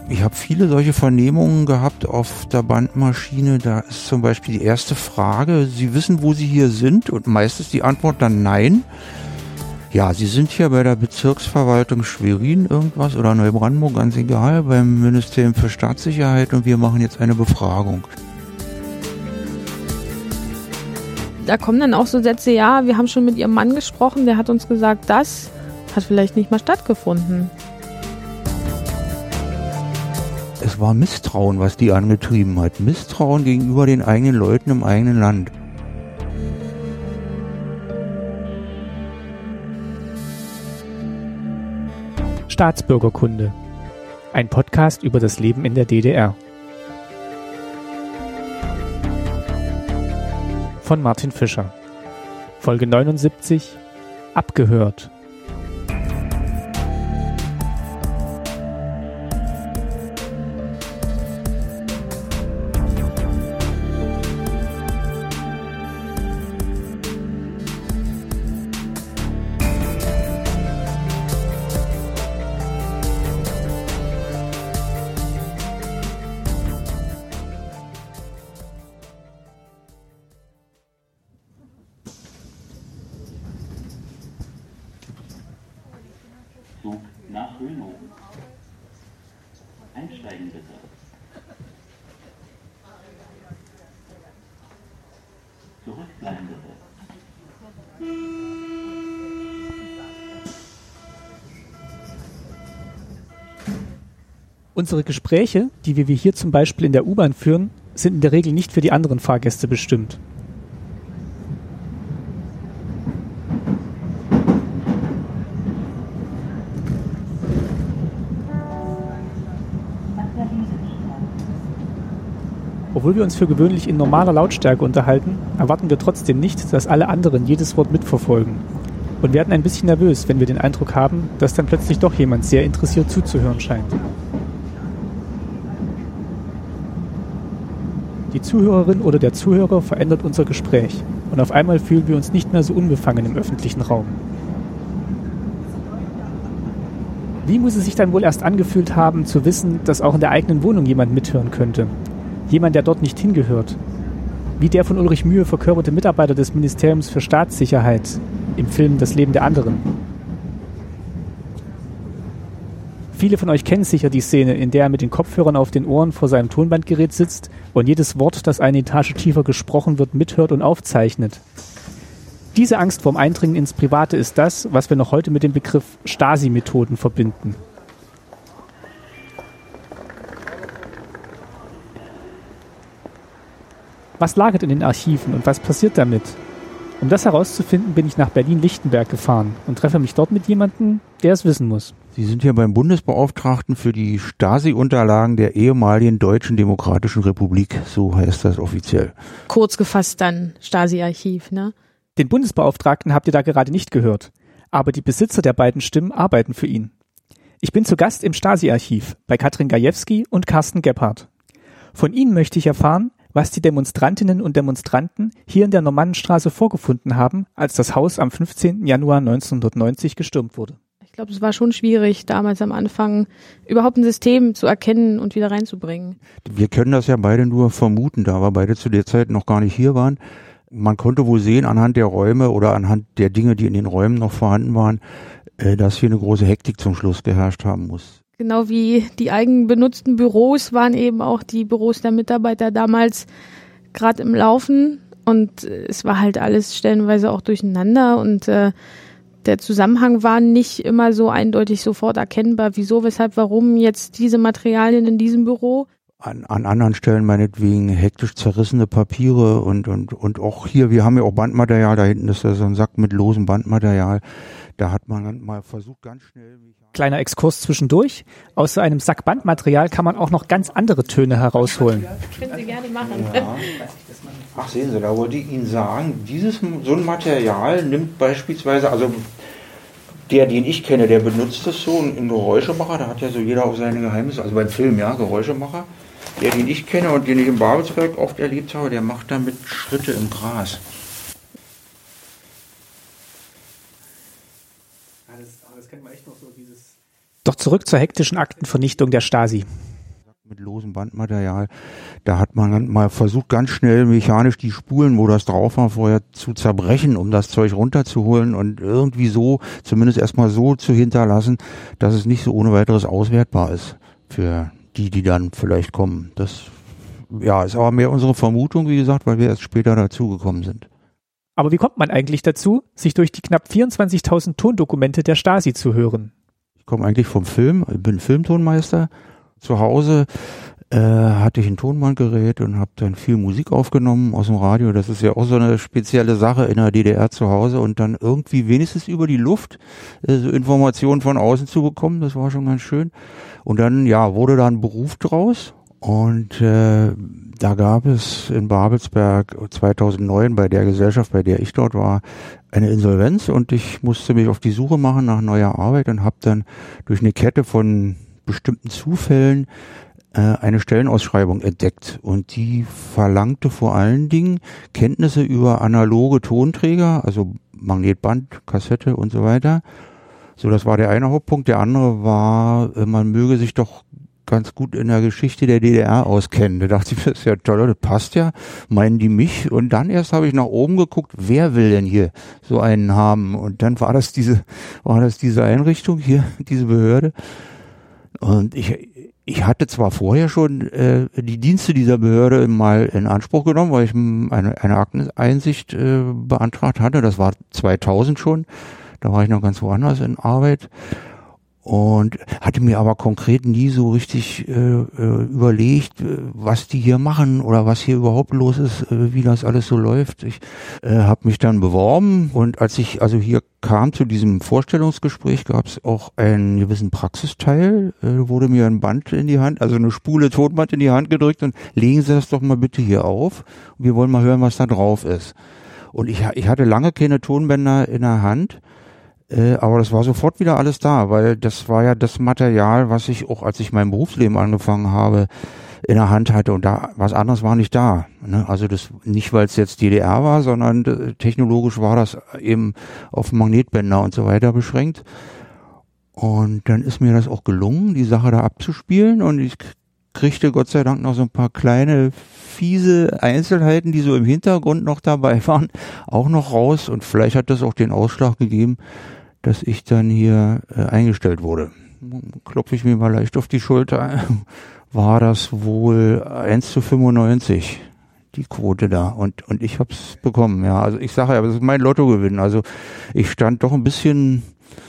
Ich habe viele solche Vernehmungen gehabt auf der Bandmaschine. Da ist zum Beispiel die erste Frage, Sie wissen, wo Sie hier sind? Und meist ist die Antwort dann nein. Ja, Sie sind hier bei der Bezirksverwaltung Schwerin irgendwas oder Neubrandenburg, ganz egal, beim Ministerium für Staatssicherheit und wir machen jetzt eine Befragung. Da kommen dann auch so Sätze, ja, wir haben schon mit Ihrem Mann gesprochen, der hat uns gesagt, das hat vielleicht nicht mal stattgefunden. Es war Misstrauen, was die angetrieben hat. Misstrauen gegenüber den eigenen Leuten im eigenen Land. Staatsbürgerkunde. Ein Podcast über das Leben in der DDR. Von Martin Fischer. Folge 79. Abgehört. Zug nach Hönow. Einsteigen bitte. Zurückbleiben bitte. Unsere Gespräche, die wir wie hier zum Beispiel in der U-Bahn führen, sind in der Regel nicht für die anderen Fahrgäste bestimmt. Obwohl wir uns für gewöhnlich in normaler Lautstärke unterhalten, erwarten wir trotzdem nicht, dass alle anderen jedes Wort mitverfolgen und werden ein bisschen nervös, wenn wir den Eindruck haben, dass dann plötzlich doch jemand sehr interessiert zuzuhören scheint. Die Zuhörerin oder der Zuhörer verändert unser Gespräch und auf einmal fühlen wir uns nicht mehr so unbefangen im öffentlichen Raum. Wie muss es sich dann wohl erst angefühlt haben, zu wissen, dass auch in der eigenen Wohnung jemand mithören könnte? Jemand, der dort nicht hingehört. Wie der von Ulrich Mühe verkörperte Mitarbeiter des Ministeriums für Staatssicherheit im Film Das Leben der anderen. Viele von euch kennen sicher die Szene, in der er mit den Kopfhörern auf den Ohren vor seinem Tonbandgerät sitzt und jedes Wort, das eine Etage tiefer gesprochen wird, mithört und aufzeichnet. Diese Angst vorm Eindringen ins Private ist das, was wir noch heute mit dem Begriff Stasi-Methoden verbinden. Was lagert in den Archiven und was passiert damit? Um das herauszufinden, bin ich nach Berlin-Lichtenberg gefahren und treffe mich dort mit jemandem, der es wissen muss. Sie sind hier beim Bundesbeauftragten für die Stasi-Unterlagen der ehemaligen Deutschen Demokratischen Republik, so heißt das offiziell. Kurz gefasst dann Stasi-Archiv, ne? Den Bundesbeauftragten habt ihr da gerade nicht gehört, aber die Besitzer der beiden Stimmen arbeiten für ihn. Ich bin zu Gast im Stasi-Archiv bei Katrin Gajewski und Carsten Gebhardt. Von ihnen möchte ich erfahren, was die Demonstrantinnen und Demonstranten hier in der Normannenstraße vorgefunden haben, als das Haus am 15. Januar 1990 gestürmt wurde. Ich glaube, es war schon schwierig, damals am Anfang überhaupt ein System zu erkennen und wieder reinzubringen. Wir können das ja beide nur vermuten, da wir beide zu der Zeit noch gar nicht hier waren. Man konnte wohl sehen anhand der Räume oder anhand der Dinge, die in den Räumen noch vorhanden waren, dass hier eine große Hektik zum Schluss geherrscht haben muss. Genau wie die eigenbenutzten Büros waren eben auch die Büros der Mitarbeiter damals gerade im Laufen und es war halt alles stellenweise auch durcheinander und der Zusammenhang war nicht immer so eindeutig sofort erkennbar, wieso, weshalb, warum jetzt diese Materialien in diesem Büro. An anderen Stellen meinetwegen hektisch zerrissene Papiere und auch hier, wir haben ja auch Bandmaterial, da hinten ist ja so ein Sack mit losem Bandmaterial. Da hat man dann mal versucht, ganz schnell... Kleiner Exkurs zwischendurch. Aus so einem Sack Bandmaterial kann man auch noch ganz andere Töne herausholen. Können Sie gerne machen. Ja. Ach, sehen Sie, da wollte ich Ihnen sagen, so ein Material nimmt beispielsweise, also den ich kenne, der benutzt das so, ein Geräuschemacher, da hat ja so jeder auch seine Geheimnisse, also beim Film, ja, Geräuschemacher. Den ich kenne und den ich im Babelsberg oft erlebt habe, der macht damit Schritte im Gras. Doch zurück zur hektischen Aktenvernichtung der Stasi. mit losem Bandmaterial. Da hat man dann mal versucht, ganz schnell mechanisch die Spulen, wo das drauf war, vorher zu zerbrechen, um das Zeug runterzuholen und irgendwie so, zumindest erstmal so zu hinterlassen, dass es nicht so ohne weiteres auswertbar ist für die dann vielleicht kommen. Das, ja, ist aber mehr unsere Vermutung, wie gesagt, weil wir erst später dazugekommen sind. Aber wie kommt man eigentlich dazu, sich durch die knapp 24.000 Tondokumente der Stasi zu hören? Ich komme eigentlich vom Film, ich bin Filmtonmeister. Zu Hause hatte ich ein Tonbandgerät und habe dann viel Musik aufgenommen aus dem Radio. Das ist ja auch so eine spezielle Sache in der DDR zu Hause und dann irgendwie wenigstens über die Luft so Informationen von außen zu bekommen. Das war schon ganz schön. Und dann, ja, wurde da ein Beruf draus und da gab es in Babelsberg 2009 bei der Gesellschaft, bei der ich dort war, eine Insolvenz und ich musste mich auf die Suche machen nach neuer Arbeit und habe dann durch eine Kette von bestimmten Zufällen eine Stellenausschreibung entdeckt und die verlangte vor allen Dingen Kenntnisse über analoge Tonträger, also Magnetband, Kassette und so weiter. So, das war der eine Hauptpunkt. Der andere war, man möge sich doch ganz gut in der Geschichte der DDR auskennen. Da dachte ich, das ist ja toll, das passt ja, meinen die mich? Und dann erst habe ich nach oben geguckt, wer will denn hier so einen haben? Und dann war das diese Einrichtung hier, diese Behörde. Und ich hatte zwar vorher schon die Dienste dieser Behörde mal in Anspruch genommen, weil ich eine Akteneinsicht beantragt hatte. Das war 2000 schon. Da war ich noch ganz woanders in Arbeit. Und hatte mir aber konkret nie so richtig überlegt, was die hier machen oder was hier überhaupt los ist, wie das alles so läuft. Ich habe mich dann beworben und als ich also hier kam zu diesem Vorstellungsgespräch, gab es auch einen gewissen Praxisteil. Wurde mir ein Band in die Hand, also eine Spule Tonband in die Hand gedrückt und legen Sie das doch mal bitte hier auf. Wir wollen mal hören, was da drauf ist. Und ich hatte lange keine Tonbänder in der Hand. Aber das war sofort wieder alles da, weil das war ja das Material, was ich auch, als ich mein Berufsleben angefangen habe, in der Hand hatte und da was anderes war nicht da. Ne? Also das nicht, weil es jetzt DDR war, sondern technologisch war das eben auf Magnetbänder und so weiter beschränkt. Und dann ist mir das auch gelungen, die Sache da abzuspielen und ich kriegte Gott sei Dank noch so ein paar kleine fiese Einzelheiten, die so im Hintergrund noch dabei waren, auch noch raus und vielleicht hat das auch den Ausschlag gegeben, dass ich dann hier eingestellt wurde. Klopfe ich mir mal leicht auf die Schulter, war das wohl 1:95, die Quote da und ich hab's bekommen, ja, also ich sage ja, das ist mein Lottogewinn, also ich stand doch ein bisschen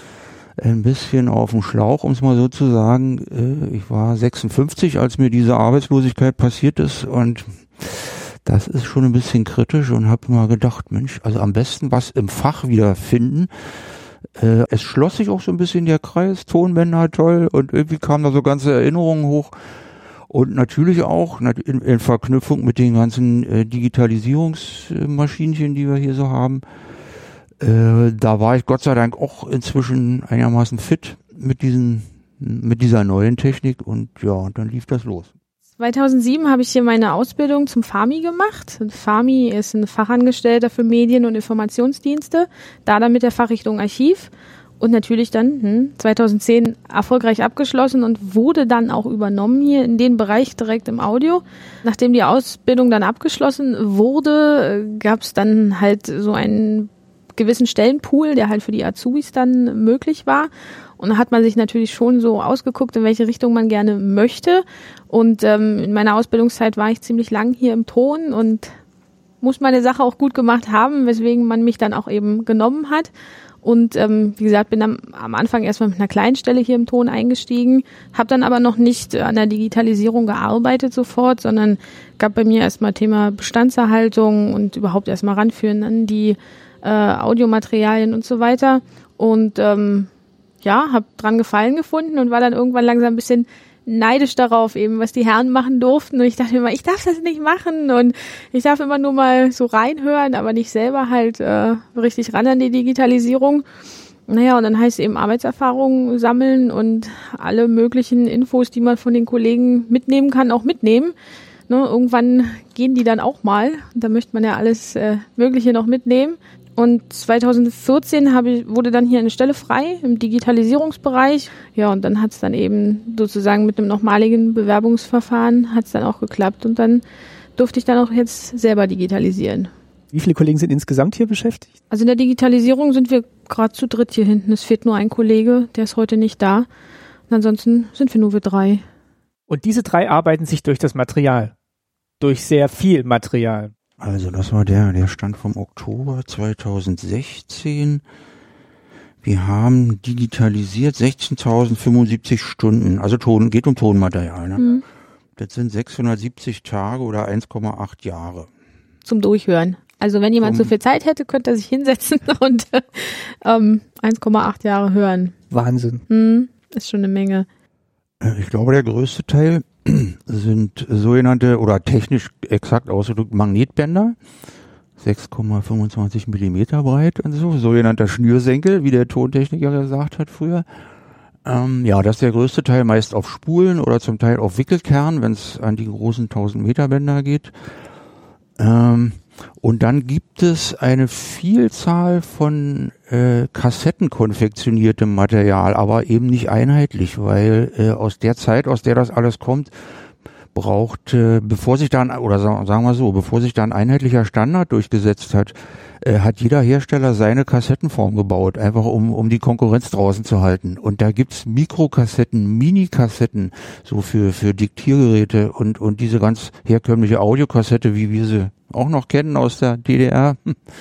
auf dem Schlauch, um es mal so zu sagen. Ich war 56, als mir diese Arbeitslosigkeit passiert ist und das ist schon ein bisschen kritisch und habe mal gedacht, Mensch, also am besten was im Fach wiederfinden. Es schloss sich auch so ein bisschen der Kreis, Tonbänder toll und irgendwie kamen da so ganze Erinnerungen hoch und natürlich auch in Verknüpfung mit den ganzen Digitalisierungsmaschinchen, die wir hier so haben. Da war ich Gott sei Dank auch inzwischen einigermaßen fit mit dieser neuen Technik und ja, dann lief das los. 2007 habe ich hier meine Ausbildung zum FAMI gemacht. FAMI ist ein Fachangestellter für Medien- und Informationsdienste, dann mit der Fachrichtung Archiv und natürlich dann 2010 erfolgreich abgeschlossen und wurde dann auch übernommen hier in den Bereich direkt im Audio. Nachdem die Ausbildung dann abgeschlossen wurde, gab es dann halt so einen gewissen Stellenpool, der halt für die Azubis dann möglich war. Und da hat man sich natürlich schon so ausgeguckt, in welche Richtung man gerne möchte. Und in meiner Ausbildungszeit war ich ziemlich lang hier im Ton und muss meine Sache auch gut gemacht haben, weswegen man mich dann auch eben genommen hat. Und wie gesagt, bin am Anfang erstmal mit einer kleinen Stelle hier im Ton eingestiegen, habe dann aber noch nicht an der Digitalisierung gearbeitet sofort, sondern gab bei mir erstmal Thema Bestandserhaltung und überhaupt erstmal ranführen an die Audiomaterialien und so weiter. Und habe dran Gefallen gefunden und war dann irgendwann langsam ein bisschen neidisch darauf, eben was die Herren machen durften. Und ich dachte immer, ich darf das nicht machen und ich darf immer nur mal so reinhören, aber nicht selber halt richtig ran an die Digitalisierung. Naja, und dann heißt es eben Arbeitserfahrung sammeln und alle möglichen Infos, die man von den Kollegen mitnehmen kann, auch mitnehmen. Ne, irgendwann gehen die dann auch mal. Da möchte man ja alles Mögliche noch mitnehmen. Und 2014 wurde dann hier eine Stelle frei im Digitalisierungsbereich. Ja, und dann hat es dann eben sozusagen mit einem nochmaligen Bewerbungsverfahren hat es dann auch geklappt. Und dann durfte ich dann auch jetzt selber digitalisieren. Wie viele Kollegen sind insgesamt hier beschäftigt? Also in der Digitalisierung sind wir gerade zu dritt hier hinten. Es fehlt nur ein Kollege, der ist heute nicht da. Und ansonsten sind wir 3. Und diese 3 arbeiten sich durch das Material. Durch sehr viel Material. Also das war der Stand vom Oktober 2016. Wir haben digitalisiert 16.075 Stunden. Also geht um Tonmaterial. Ne? Das sind 670 Tage oder 1,8 Jahre. Zum Durchhören. Also wenn jemand so viel Zeit hätte, könnte er sich hinsetzen und 1,8 Jahre hören. Wahnsinn. Ist schon eine Menge. Ich glaube, der größte Teil sind sogenannte oder technisch exakt ausgedrückt Magnetbänder, 6,25 Millimeter breit und so, sogenannter Schnürsenkel, wie der Tontechniker gesagt hat früher. Ja, das ist der größte Teil, meist auf Spulen oder zum Teil auf Wickelkern, wenn es an die großen 1000 Meter Bänder geht. Und dann gibt es eine Vielzahl von Kassetten konfektioniertem Material, aber eben nicht einheitlich, weil aus der Zeit, aus der das alles kommt, bevor sich da ein einheitlicher Standard durchgesetzt hat, hat jeder Hersteller seine Kassettenform gebaut, einfach um die Konkurrenz draußen zu halten. Und da gibt's Mikrokassetten, Minikassetten, so für Diktiergeräte und diese ganz herkömmliche Audiokassette, wie wir sie auch noch kennen aus der DDR.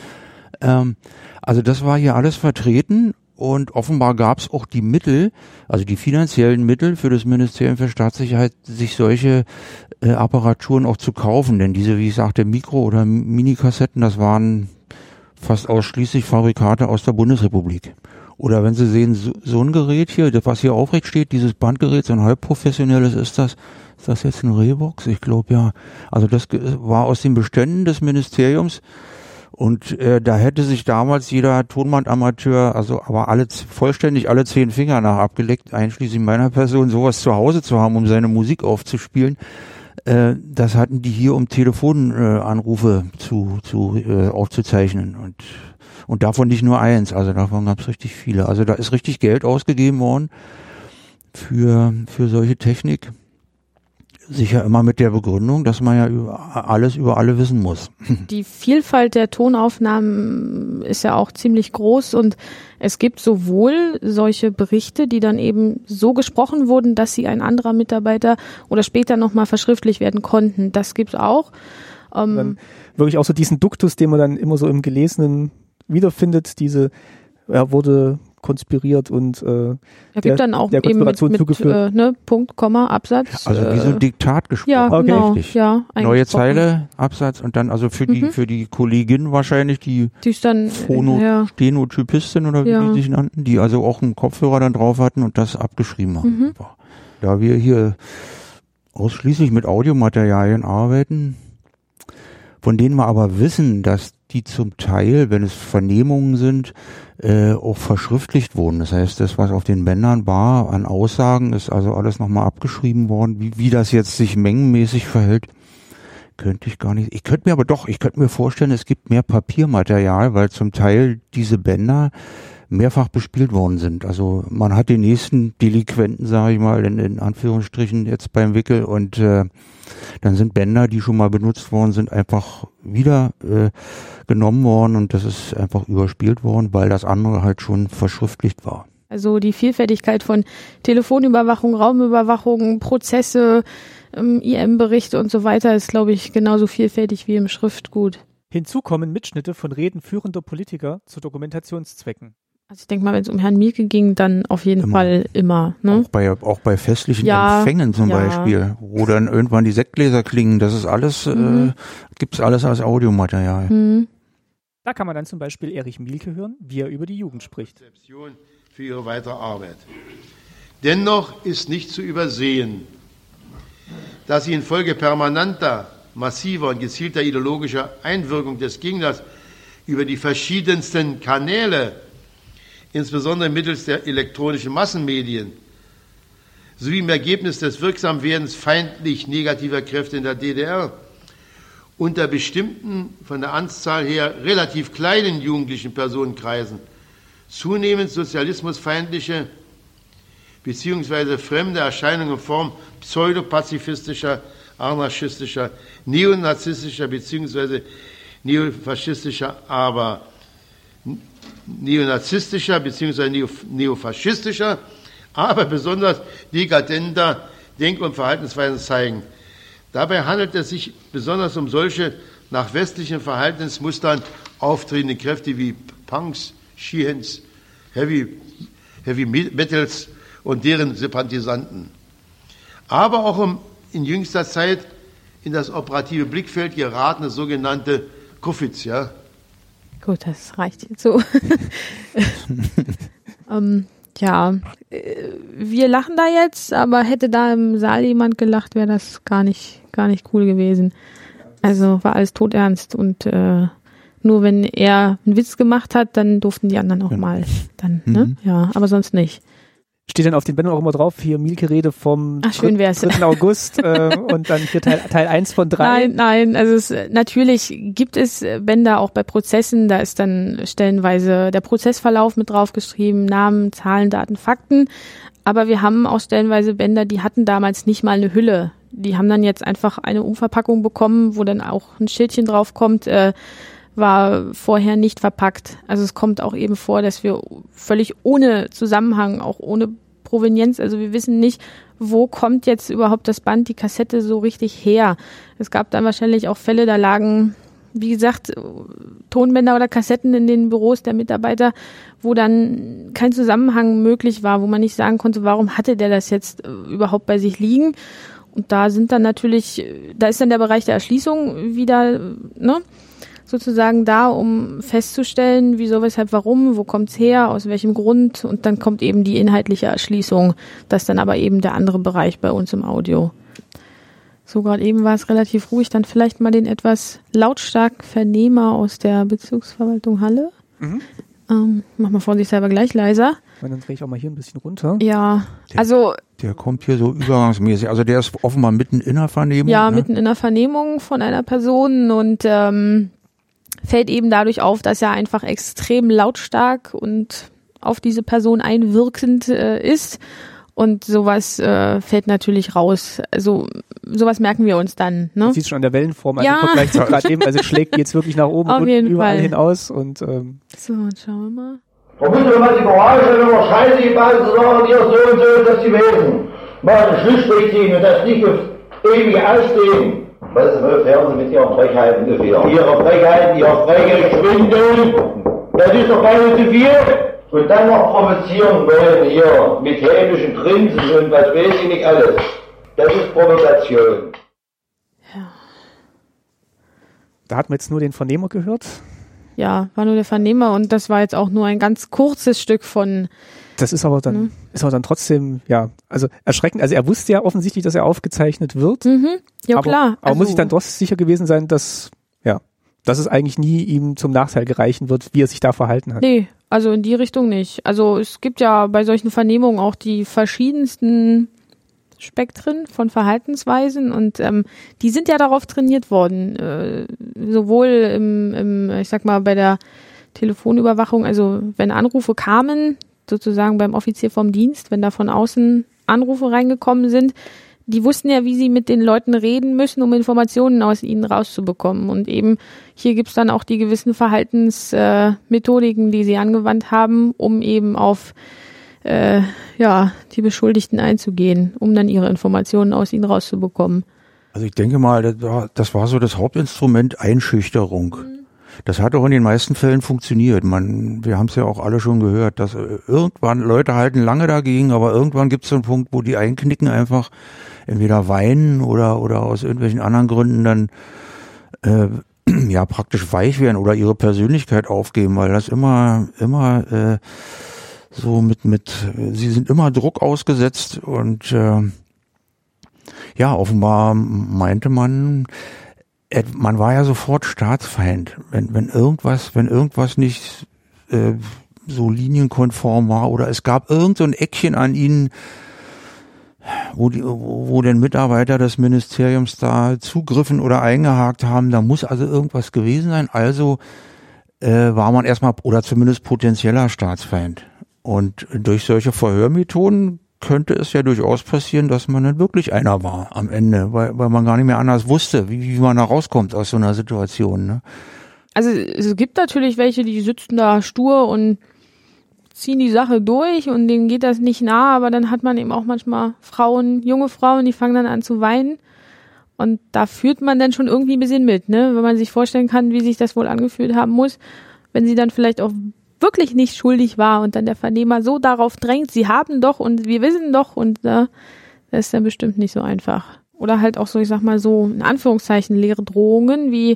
Also das war hier alles vertreten und offenbar gab's auch die Mittel, also die finanziellen Mittel für das Ministerium für Staatssicherheit, sich solche Apparaturen auch zu kaufen. Denn diese, wie ich sagte, Mikro- oder Minikassetten, das waren fast ausschließlich Fabrikate aus der Bundesrepublik. Oder wenn Sie sehen, so ein Gerät hier, das was hier aufrecht steht, dieses Bandgerät, so ein halbprofessionelles ist das jetzt ein Rehbox? Ich glaube ja. Also das war aus den Beständen des Ministeriums und da hätte sich damals jeder Tonbandamateur, also aber vollständig alle 10 Finger nach abgeleckt, einschließlich meiner Person, sowas zu Hause zu haben, um seine Musik aufzuspielen. Das hatten die hier, um Telefonanrufe aufzuzeichnen und davon nicht nur eins, also davon gab es richtig viele. Also da ist richtig Geld ausgegeben worden für solche Technik. Sicher immer mit der Begründung, dass man ja alles über alle wissen muss. Die Vielfalt der Tonaufnahmen ist ja auch ziemlich groß und es gibt sowohl solche Berichte, die dann eben so gesprochen wurden, dass sie ein anderer Mitarbeiter oder später nochmal verschriftlich werden konnten. Das gibt's auch. Dann wirklich auch so diesen Duktus, den man dann immer so im Gelesenen wiederfindet, wurde konspiriert und gibt dann auch der eben mit Punkt, Komma, Absatz. Also wie so ein Diktat gesprochen. Ja, okay. genau. Richtig. Ja, neue Zeile, Absatz und dann also für die Kollegin wahrscheinlich, die ist dann Stenotypistin oder wie die sich nannten, die also auch einen Kopfhörer dann drauf hatten und das abgeschrieben haben. Da wir hier ausschließlich mit Audiomaterialien arbeiten, von denen wir aber wissen, dass die zum Teil, wenn es Vernehmungen sind, auch verschriftlicht wurden. Das heißt, das, was auf den Bändern war, an Aussagen, ist also alles nochmal abgeschrieben worden. Wie das jetzt sich mengenmäßig verhält, könnte ich gar nicht. Ich könnte mir vorstellen, es gibt mehr Papiermaterial, weil zum Teil diese Bänder mehrfach bespielt worden sind. Also man hat den nächsten Delinquenten, sage ich mal, in Anführungsstrichen jetzt beim Wickel und dann sind Bänder, die schon mal benutzt worden sind, einfach wieder genommen worden und das ist einfach überspielt worden, weil das andere halt schon verschriftlicht war. Also die Vielfältigkeit von Telefonüberwachung, Raumüberwachung, Prozesse, IM-Berichte und so weiter ist, glaube ich, genauso vielfältig wie im Schriftgut. Hinzu kommen Mitschnitte von Reden führender Politiker zu Dokumentationszwecken. Also ich denke mal, wenn es um Herrn Mielke ging, dann auf jeden Fall immer. Ne? Auch bei festlichen Empfängen zum Beispiel, wo dann irgendwann die Sektgläser klingen, das ist alles, gibt's alles als Audiomaterial. Da kann man dann zum Beispiel Erich Mielke hören, wie er über die Jugend spricht. Für ihre weitere Arbeit. Dennoch ist nicht zu übersehen, dass sie infolge permanenter, massiver und gezielter ideologischer Einwirkung des Gegners über die verschiedensten Kanäle, insbesondere mittels der elektronischen Massenmedien, sowie im Ergebnis des Wirksamwerdens feindlich negativer Kräfte in der DDR unter bestimmten, von der Anzahl her relativ kleinen jugendlichen Personenkreisen zunehmend sozialismusfeindliche bzw. fremde Erscheinungen in Form pseudopazifistischer, anarchistischer, neonazistischer bzw. neofaschistischer, aber neonazistischer bzw. neofaschistischer, aber besonders dekadenter Denk- und Verhaltensweisen zeigen. Dabei handelt es sich besonders um solche nach westlichen Verhaltensmustern auftretende Kräfte wie Punks, Sheehan's, Heavy Metals und deren Sympathisanten. Aber auch in jüngster Zeit in das operative Blickfeld geratene sogenannte Kuffits, ja. Gut, das reicht jetzt so. Ja, wir lachen da jetzt, aber hätte da im Saal jemand gelacht, wäre das gar nicht cool gewesen. Also war alles todernst und nur wenn er einen Witz gemacht hat, dann durften die anderen auch mal dann, ne? Ja, aber sonst nicht. Steht dann auf den Bändern auch immer drauf, hier Mielke-Rede vom 3. August und dann hier Teil 1 von 3. Nein, also natürlich gibt es Bänder auch bei Prozessen, da ist dann stellenweise der Prozessverlauf mit draufgeschrieben, Namen, Zahlen, Daten, Fakten, aber wir haben auch stellenweise Bänder, die hatten damals nicht mal eine Hülle. Die haben dann jetzt einfach eine Umverpackung bekommen, wo dann auch ein Schildchen draufkommt, war vorher nicht verpackt. Also es kommt auch eben vor, dass wir völlig ohne Zusammenhang, auch ohne Provenienz, also wir wissen nicht, wo kommt jetzt überhaupt das Band, die Kassette so richtig her. Es gab dann wahrscheinlich auch Fälle, da lagen, wie gesagt, Tonbänder oder Kassetten in den Büros der Mitarbeiter, wo dann kein Zusammenhang möglich war, wo man nicht sagen konnte, warum hatte der das jetzt überhaupt bei sich liegen. Und da sind dann natürlich, da ist dann der Bereich der Erschließung wieder, ne? Sozusagen da, um festzustellen, wieso, weshalb, warum, wo kommt's her, aus welchem Grund, und dann kommt eben die inhaltliche Erschließung. Das ist dann aber eben der andere Bereich bei uns im Audio. So, gerade eben war es relativ ruhig, dann vielleicht mal den etwas lautstarken Vernehmer aus der Bezirksverwaltung Halle. Mach mal vorsichtshalber gleich leiser. Und dann drehe ich auch mal hier ein bisschen runter. Ja, Der kommt hier so übergangsmäßig, also der ist offenbar mitten in der Vernehmung. Ja, ne? Mitten in der Vernehmung von einer Person und fällt eben dadurch auf, dass er einfach extrem lautstark und auf diese Person einwirkend ist. Und sowas fällt natürlich raus. Also sowas merken wir uns dann. Ne? Du siehst schon an der Wellenform, also im Vergleich zu gerade eben, also schlägt jetzt wirklich nach oben und überall hinaus. Und, so, und schauen wir mal. Frau Bundesmann, die Moralstellung war scheiße, die beiden zu sagen, ihr so und so ist das gewesen. Mal einen Schlussstrich ziehen und das nicht auf ewig ausstehen. Was hören Sie mit Ihren Frechheiten gefehlt? Ihre Frechheiten, Ihre freche Schwindel, das ist doch gar nicht zu viel. Und dann noch provozieren wollen hier mit hämischen Grinsen und was weiß ich nicht alles. Das ist Provokation. Ja. Da hat man jetzt nur den Vernehmer gehört. Ja, war nur der Vernehmer und das war jetzt auch nur ein ganz kurzes Stück von... Das ist aber dann, trotzdem, ja, also erschreckend. Also er wusste ja offensichtlich, dass er aufgezeichnet wird. Ja, aber, klar. Aber muss ich dann trotzdem sicher gewesen sein, dass es eigentlich nie ihm zum Nachteil gereichen wird, wie er sich da verhalten hat. Nee, also in die Richtung nicht. Also es gibt ja bei solchen Vernehmungen auch die verschiedensten Spektren von Verhaltensweisen und die sind ja darauf trainiert worden, sowohl im ich sag mal, bei der Telefonüberwachung, also wenn Anrufe kamen, sozusagen beim Offizier vom Dienst, wenn da von außen Anrufe reingekommen sind, die wussten ja, wie sie mit den Leuten reden müssen, um Informationen aus ihnen rauszubekommen. Und eben hier gibt's dann auch die gewissen Verhaltensmethodiken, die sie angewandt haben, um eben auf die Beschuldigten einzugehen, um dann ihre Informationen aus ihnen rauszubekommen. Also ich denke mal, das war so das Hauptinstrument Einschüchterung. Das hat auch in den meisten Fällen funktioniert. Wir haben es ja auch alle schon gehört, dass irgendwann Leute halten lange dagegen, aber irgendwann gibt es so einen Punkt, wo die einknicken, einfach entweder weinen oder aus irgendwelchen anderen Gründen dann praktisch weich werden oder ihre Persönlichkeit aufgeben, weil das immer so sie sind immer Druck ausgesetzt und offenbar meinte man war ja sofort Staatsfeind, wenn irgendwas nicht so linienkonform war oder es gab irgend so ein Eckchen an ihnen, wo denn Mitarbeiter des Ministeriums da zugriffen oder eingehakt haben. Da muss also irgendwas gewesen sein. Also war man erstmal, oder zumindest potenzieller Staatsfeind. Und durch solche Verhörmethoden könnte es ja durchaus passieren, dass man dann wirklich einer war am Ende, weil man gar nicht mehr anders wusste, wie man da rauskommt aus so einer Situation. Ne? Also es gibt natürlich welche, die sitzen da stur und ziehen die Sache durch und denen geht das nicht nah, aber dann hat man eben auch manchmal junge Frauen, die fangen dann an zu weinen. Und da führt man dann schon irgendwie ein bisschen mit, ne? Wenn man sich vorstellen kann, wie sich das wohl angefühlt haben muss, wenn sie dann vielleicht auch wirklich nicht schuldig war und dann der Vernehmer so darauf drängt, sie haben doch und wir wissen doch und das ist dann bestimmt nicht so einfach. Oder halt auch so, ich sag mal so, in Anführungszeichen leere Drohungen wie,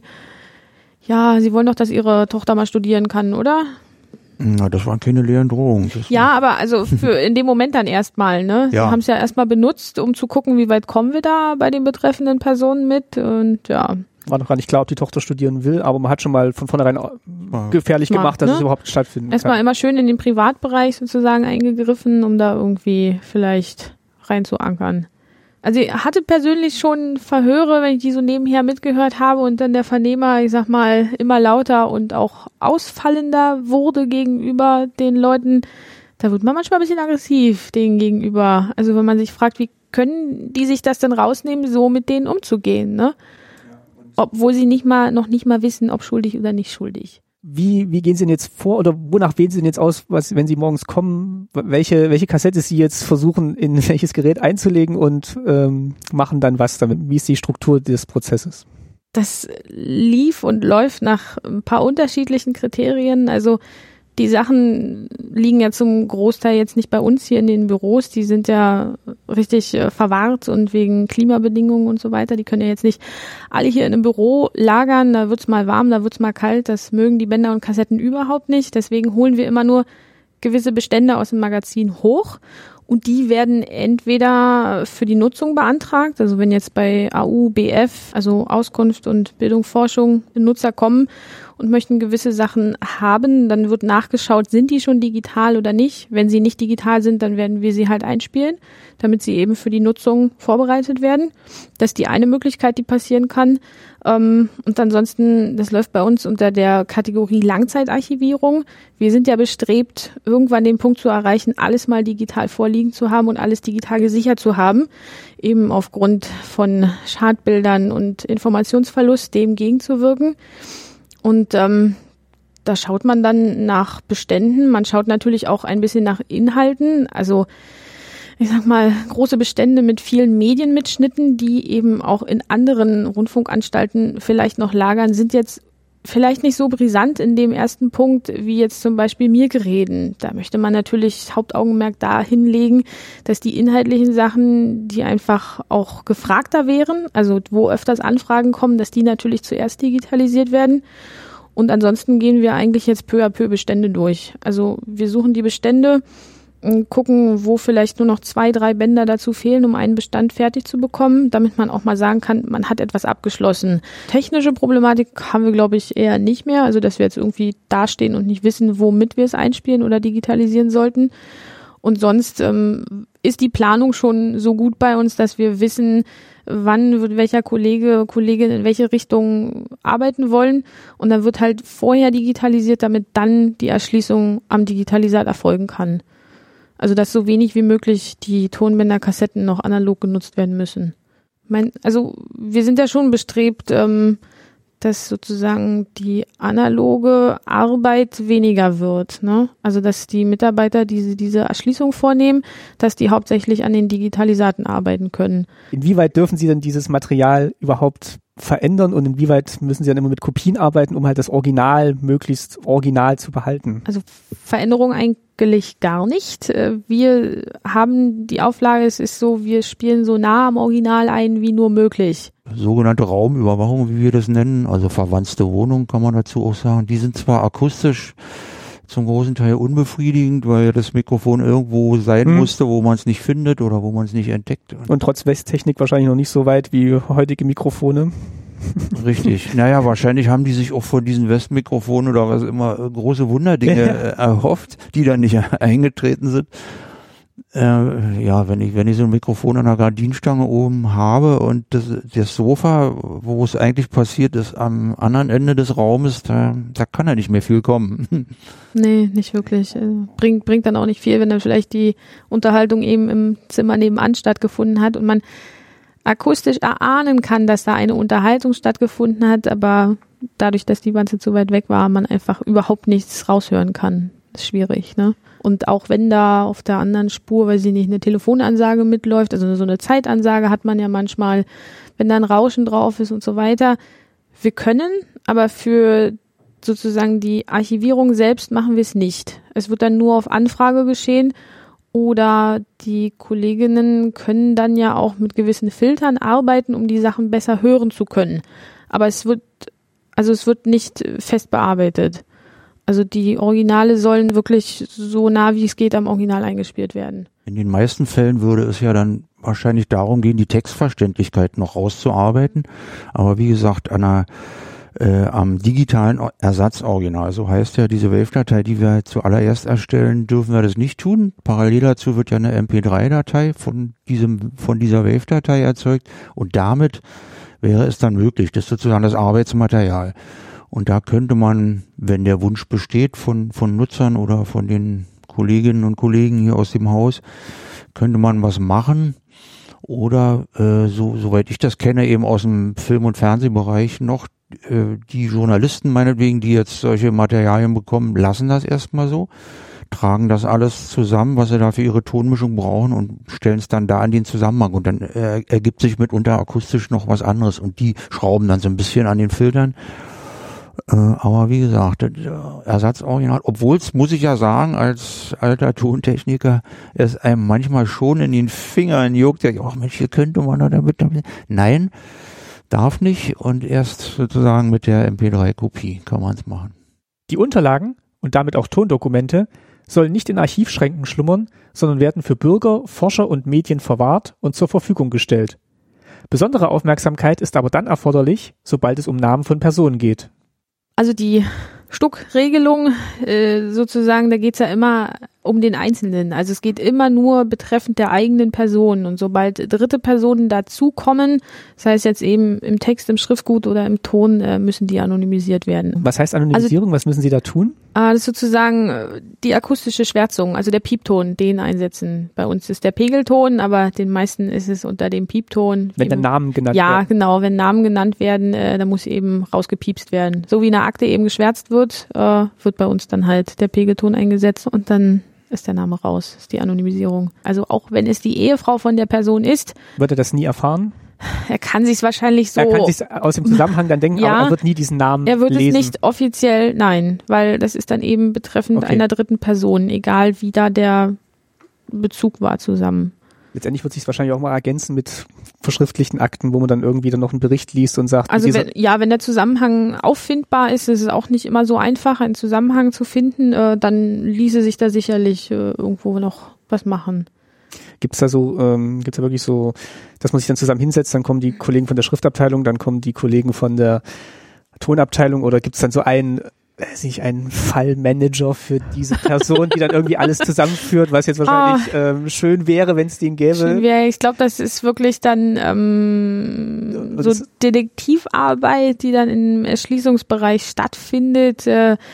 ja, sie wollen doch, dass ihre Tochter mal studieren kann, oder? Na, das waren keine leeren Drohungen. Ja, aber also für in dem Moment dann erstmal, ne? Ja. Sie haben es ja erstmal benutzt, um zu gucken, wie weit kommen wir da bei den betreffenden Personen mit und ja. War noch gar nicht klar, ob die Tochter studieren will, aber man hat schon mal von vornherein gefährlich gemacht, dass es überhaupt stattfinden kann. Erstmal immer schön in den Privatbereich sozusagen eingegriffen, um da irgendwie vielleicht rein zu ankern. Also ich hatte persönlich schon Verhöre, wenn ich die so nebenher mitgehört habe und dann der Vernehmer, ich sag mal, immer lauter und auch ausfallender wurde gegenüber den Leuten. Da wird man manchmal ein bisschen aggressiv denen gegenüber. Also wenn man sich fragt, wie können die sich das denn rausnehmen, so mit denen umzugehen, ne? Obwohl sie noch nicht mal wissen, ob schuldig oder nicht schuldig. Wie gehen Sie denn jetzt vor oder wonach wählen Sie denn jetzt aus, wenn Sie morgens kommen, welche Kassette Sie jetzt versuchen, in welches Gerät einzulegen und machen dann was damit? Wie ist die Struktur des Prozesses? Das lief und läuft nach ein paar unterschiedlichen Kriterien. Also die Sachen liegen ja zum Großteil jetzt nicht bei uns hier in den Büros. Die sind ja richtig verwahrt und wegen Klimabedingungen und so weiter. Die können ja jetzt nicht alle hier in einem Büro lagern. Da wird's mal warm, da wird's mal kalt. Das mögen die Bänder und Kassetten überhaupt nicht. Deswegen holen wir immer nur gewisse Bestände aus dem Magazin hoch. Und die werden entweder für die Nutzung beantragt, also wenn jetzt bei AU, BF, also Auskunft und Bildung, Forschung, Nutzer kommen und möchten gewisse Sachen haben, dann wird nachgeschaut, sind die schon digital oder nicht. Wenn sie nicht digital sind, dann werden wir sie halt einspielen, damit sie eben für die Nutzung vorbereitet werden. Das ist die eine Möglichkeit, die passieren kann. Und ansonsten, das läuft bei uns unter der Kategorie Langzeitarchivierung. Wir sind ja bestrebt, irgendwann den Punkt zu erreichen, alles mal digital vorliegen zu haben und alles digital gesichert zu haben, eben aufgrund von Schadbildern und Informationsverlust dem gegenzuwirken. Und da schaut man dann nach Beständen. Man schaut natürlich auch ein bisschen nach Inhalten. Also ich sag mal, große Bestände mit vielen Medienmitschnitten, die eben auch in anderen Rundfunkanstalten vielleicht noch lagern, sind jetzt vielleicht nicht so brisant in dem ersten Punkt wie jetzt zum Beispiel Mirgereden. Da möchte man natürlich das Hauptaugenmerk da hinlegen, dass die inhaltlichen Sachen, die einfach auch gefragter wären, also wo öfters Anfragen kommen, dass die natürlich zuerst digitalisiert werden. Und ansonsten gehen wir eigentlich jetzt peu à peu Bestände durch. Also wir suchen die Bestände, gucken, wo vielleicht nur noch 2, 3 Bänder dazu fehlen, um einen Bestand fertig zu bekommen, damit man auch mal sagen kann, man hat etwas abgeschlossen. Technische Problematik haben wir, glaube ich, eher nicht mehr, also dass wir jetzt irgendwie dastehen und nicht wissen, womit wir es einspielen oder digitalisieren sollten. Und sonst ist die Planung schon so gut bei uns, dass wir wissen, wann wird welcher Kollege, Kollegin in welche Richtung arbeiten wollen. Und dann wird halt vorher digitalisiert, damit dann die Erschließung am Digitalisat erfolgen kann. Also dass so wenig wie möglich die Tonbänder, Kassetten noch analog genutzt werden müssen. Also wir sind ja schon bestrebt, dass sozusagen die analoge Arbeit weniger wird, ne? Also dass die Mitarbeiter diese Erschließung vornehmen, dass die hauptsächlich an den Digitalisaten arbeiten können. Inwieweit dürfen Sie denn dieses Material überhaupt verändern und inwieweit müssen Sie dann immer mit Kopien arbeiten, um halt das Original möglichst original zu behalten? Also Veränderung eigentlich gar nicht. Wir haben die Auflage, es ist so, wir spielen so nah am Original ein wie nur möglich. Sogenannte Raumüberwachung, wie wir das nennen, also verwanzte Wohnungen kann man dazu auch sagen. Die sind zwar akustisch zum großen Teil unbefriedigend, weil das Mikrofon irgendwo sein musste, wo man es nicht findet oder wo man es nicht entdeckt. Und trotz Westtechnik wahrscheinlich noch nicht so weit wie heutige Mikrofone. Richtig. Naja, wahrscheinlich haben die sich auch von diesen Westmikrofonen oder was immer große Wunderdinge erhofft, die dann nicht eingetreten sind. Wenn ich so ein Mikrofon an der Gardinenstange oben habe und das Sofa, wo es eigentlich passiert ist, am anderen Ende des Raumes, da kann ja nicht mehr viel kommen. Nee, nicht wirklich. Bringt dann auch nicht viel, wenn dann vielleicht die Unterhaltung eben im Zimmer nebenan stattgefunden hat und man akustisch erahnen kann, dass da eine Unterhaltung stattgefunden hat, aber dadurch, dass die Wanze zu weit weg war, man einfach überhaupt nichts raushören kann. Das ist schwierig, ne? Und auch wenn da auf der anderen Spur, weiß ich nicht, eine Telefonansage mitläuft, also so eine Zeitansage hat man ja manchmal, wenn da ein Rauschen drauf ist und so weiter. Wir können, aber für sozusagen die Archivierung selbst machen wir es nicht. Es wird dann nur auf Anfrage geschehen oder die Kolleginnen können dann ja auch mit gewissen Filtern arbeiten, um die Sachen besser hören zu können. Aber es wird nicht fest bearbeitet. Also die Originale sollen wirklich so nah wie es geht am Original eingespielt werden. In den meisten Fällen würde es ja dann wahrscheinlich darum gehen, die Textverständlichkeit noch rauszuarbeiten. Aber wie gesagt, am digitalen Ersatzoriginal, so heißt ja diese Wave-Datei, die wir zuallererst erstellen, dürfen wir das nicht tun. Parallel dazu wird ja eine MP3-Datei von dieser Wave-Datei erzeugt und damit wäre es dann möglich. Das ist sozusagen das Arbeitsmaterial. Und da könnte man, wenn der Wunsch besteht von Nutzern oder von den Kolleginnen und Kollegen hier aus dem Haus, könnte man was machen. Oder, soweit ich das kenne, eben aus dem Film- und Fernsehbereich noch, die Journalisten meinetwegen, die jetzt solche Materialien bekommen, lassen das erstmal so, tragen das alles zusammen, was sie da für ihre Tonmischung brauchen und stellen es dann da in den Zusammenhang. Und dann ergibt sich mitunter akustisch noch was anderes. Und die schrauben dann so ein bisschen an den Filtern. Aber wie gesagt, Ersatzoriginal, obwohl es, muss ich ja sagen, als alter Tontechniker, es einem manchmal schon in den Fingern juckt, ach Mensch, hier könnte man da damit. Nein, darf nicht und erst sozusagen mit der MP3-Kopie kann man es machen. Die Unterlagen und damit auch Tondokumente sollen nicht in Archivschränken schlummern, sondern werden für Bürger, Forscher und Medien verwahrt und zur Verfügung gestellt. Besondere Aufmerksamkeit ist aber dann erforderlich, sobald es um Namen von Personen geht. Also die Stuckregelung sozusagen, da geht's ja immer um den Einzelnen. Also es geht immer nur betreffend der eigenen Person. Und sobald dritte Personen dazukommen, das heißt jetzt eben im Text, im Schriftgut oder im Ton, müssen die anonymisiert werden. Was heißt Anonymisierung? Also, was müssen Sie da tun? Das ist sozusagen die akustische Schwärzung, also der Piepton, den einsetzen. Bei uns ist der Pegelton, aber den meisten ist es unter dem Piepton. Wenn der Namen genannt wird. Ja, genau, wenn Namen genannt werden, da muss eben rausgepiepst werden. So wie in einer Akte eben geschwärzt wird, wird bei uns dann halt der Pegelton eingesetzt und dann ist der Name raus, das ist die Anonymisierung. Also auch wenn es die Ehefrau von der Person ist. Wird er das nie erfahren? Er kann sich wahrscheinlich so. Er kann sich aus dem Zusammenhang dann denken, ja, aber er wird nie diesen Namen lesen. Er wird es nicht offiziell, nein, weil das ist dann eben betreffend einer dritten Person, egal wie da der Bezug war zusammen. Letztendlich wird sich wahrscheinlich auch mal ergänzen mit verschriftlichten Akten, wo man dann irgendwie dann noch einen Bericht liest und sagt. Also wenn der Zusammenhang auffindbar ist, ist es auch nicht immer so einfach, einen Zusammenhang zu finden, dann ließe sich da sicherlich irgendwo noch was machen. Gibt's da wirklich so, dass man sich dann zusammen hinsetzt, dann kommen die Kollegen von der Schriftabteilung, dann kommen die Kollegen von der Tonabteilung oder gibt's dann so einen Fallmanager für diese Person, die dann irgendwie alles zusammenführt, was jetzt wahrscheinlich schön wäre, wenn es den gäbe. Schön wäre. Ich glaube, das ist wirklich dann so Detektivarbeit, die dann im Erschließungsbereich stattfindet.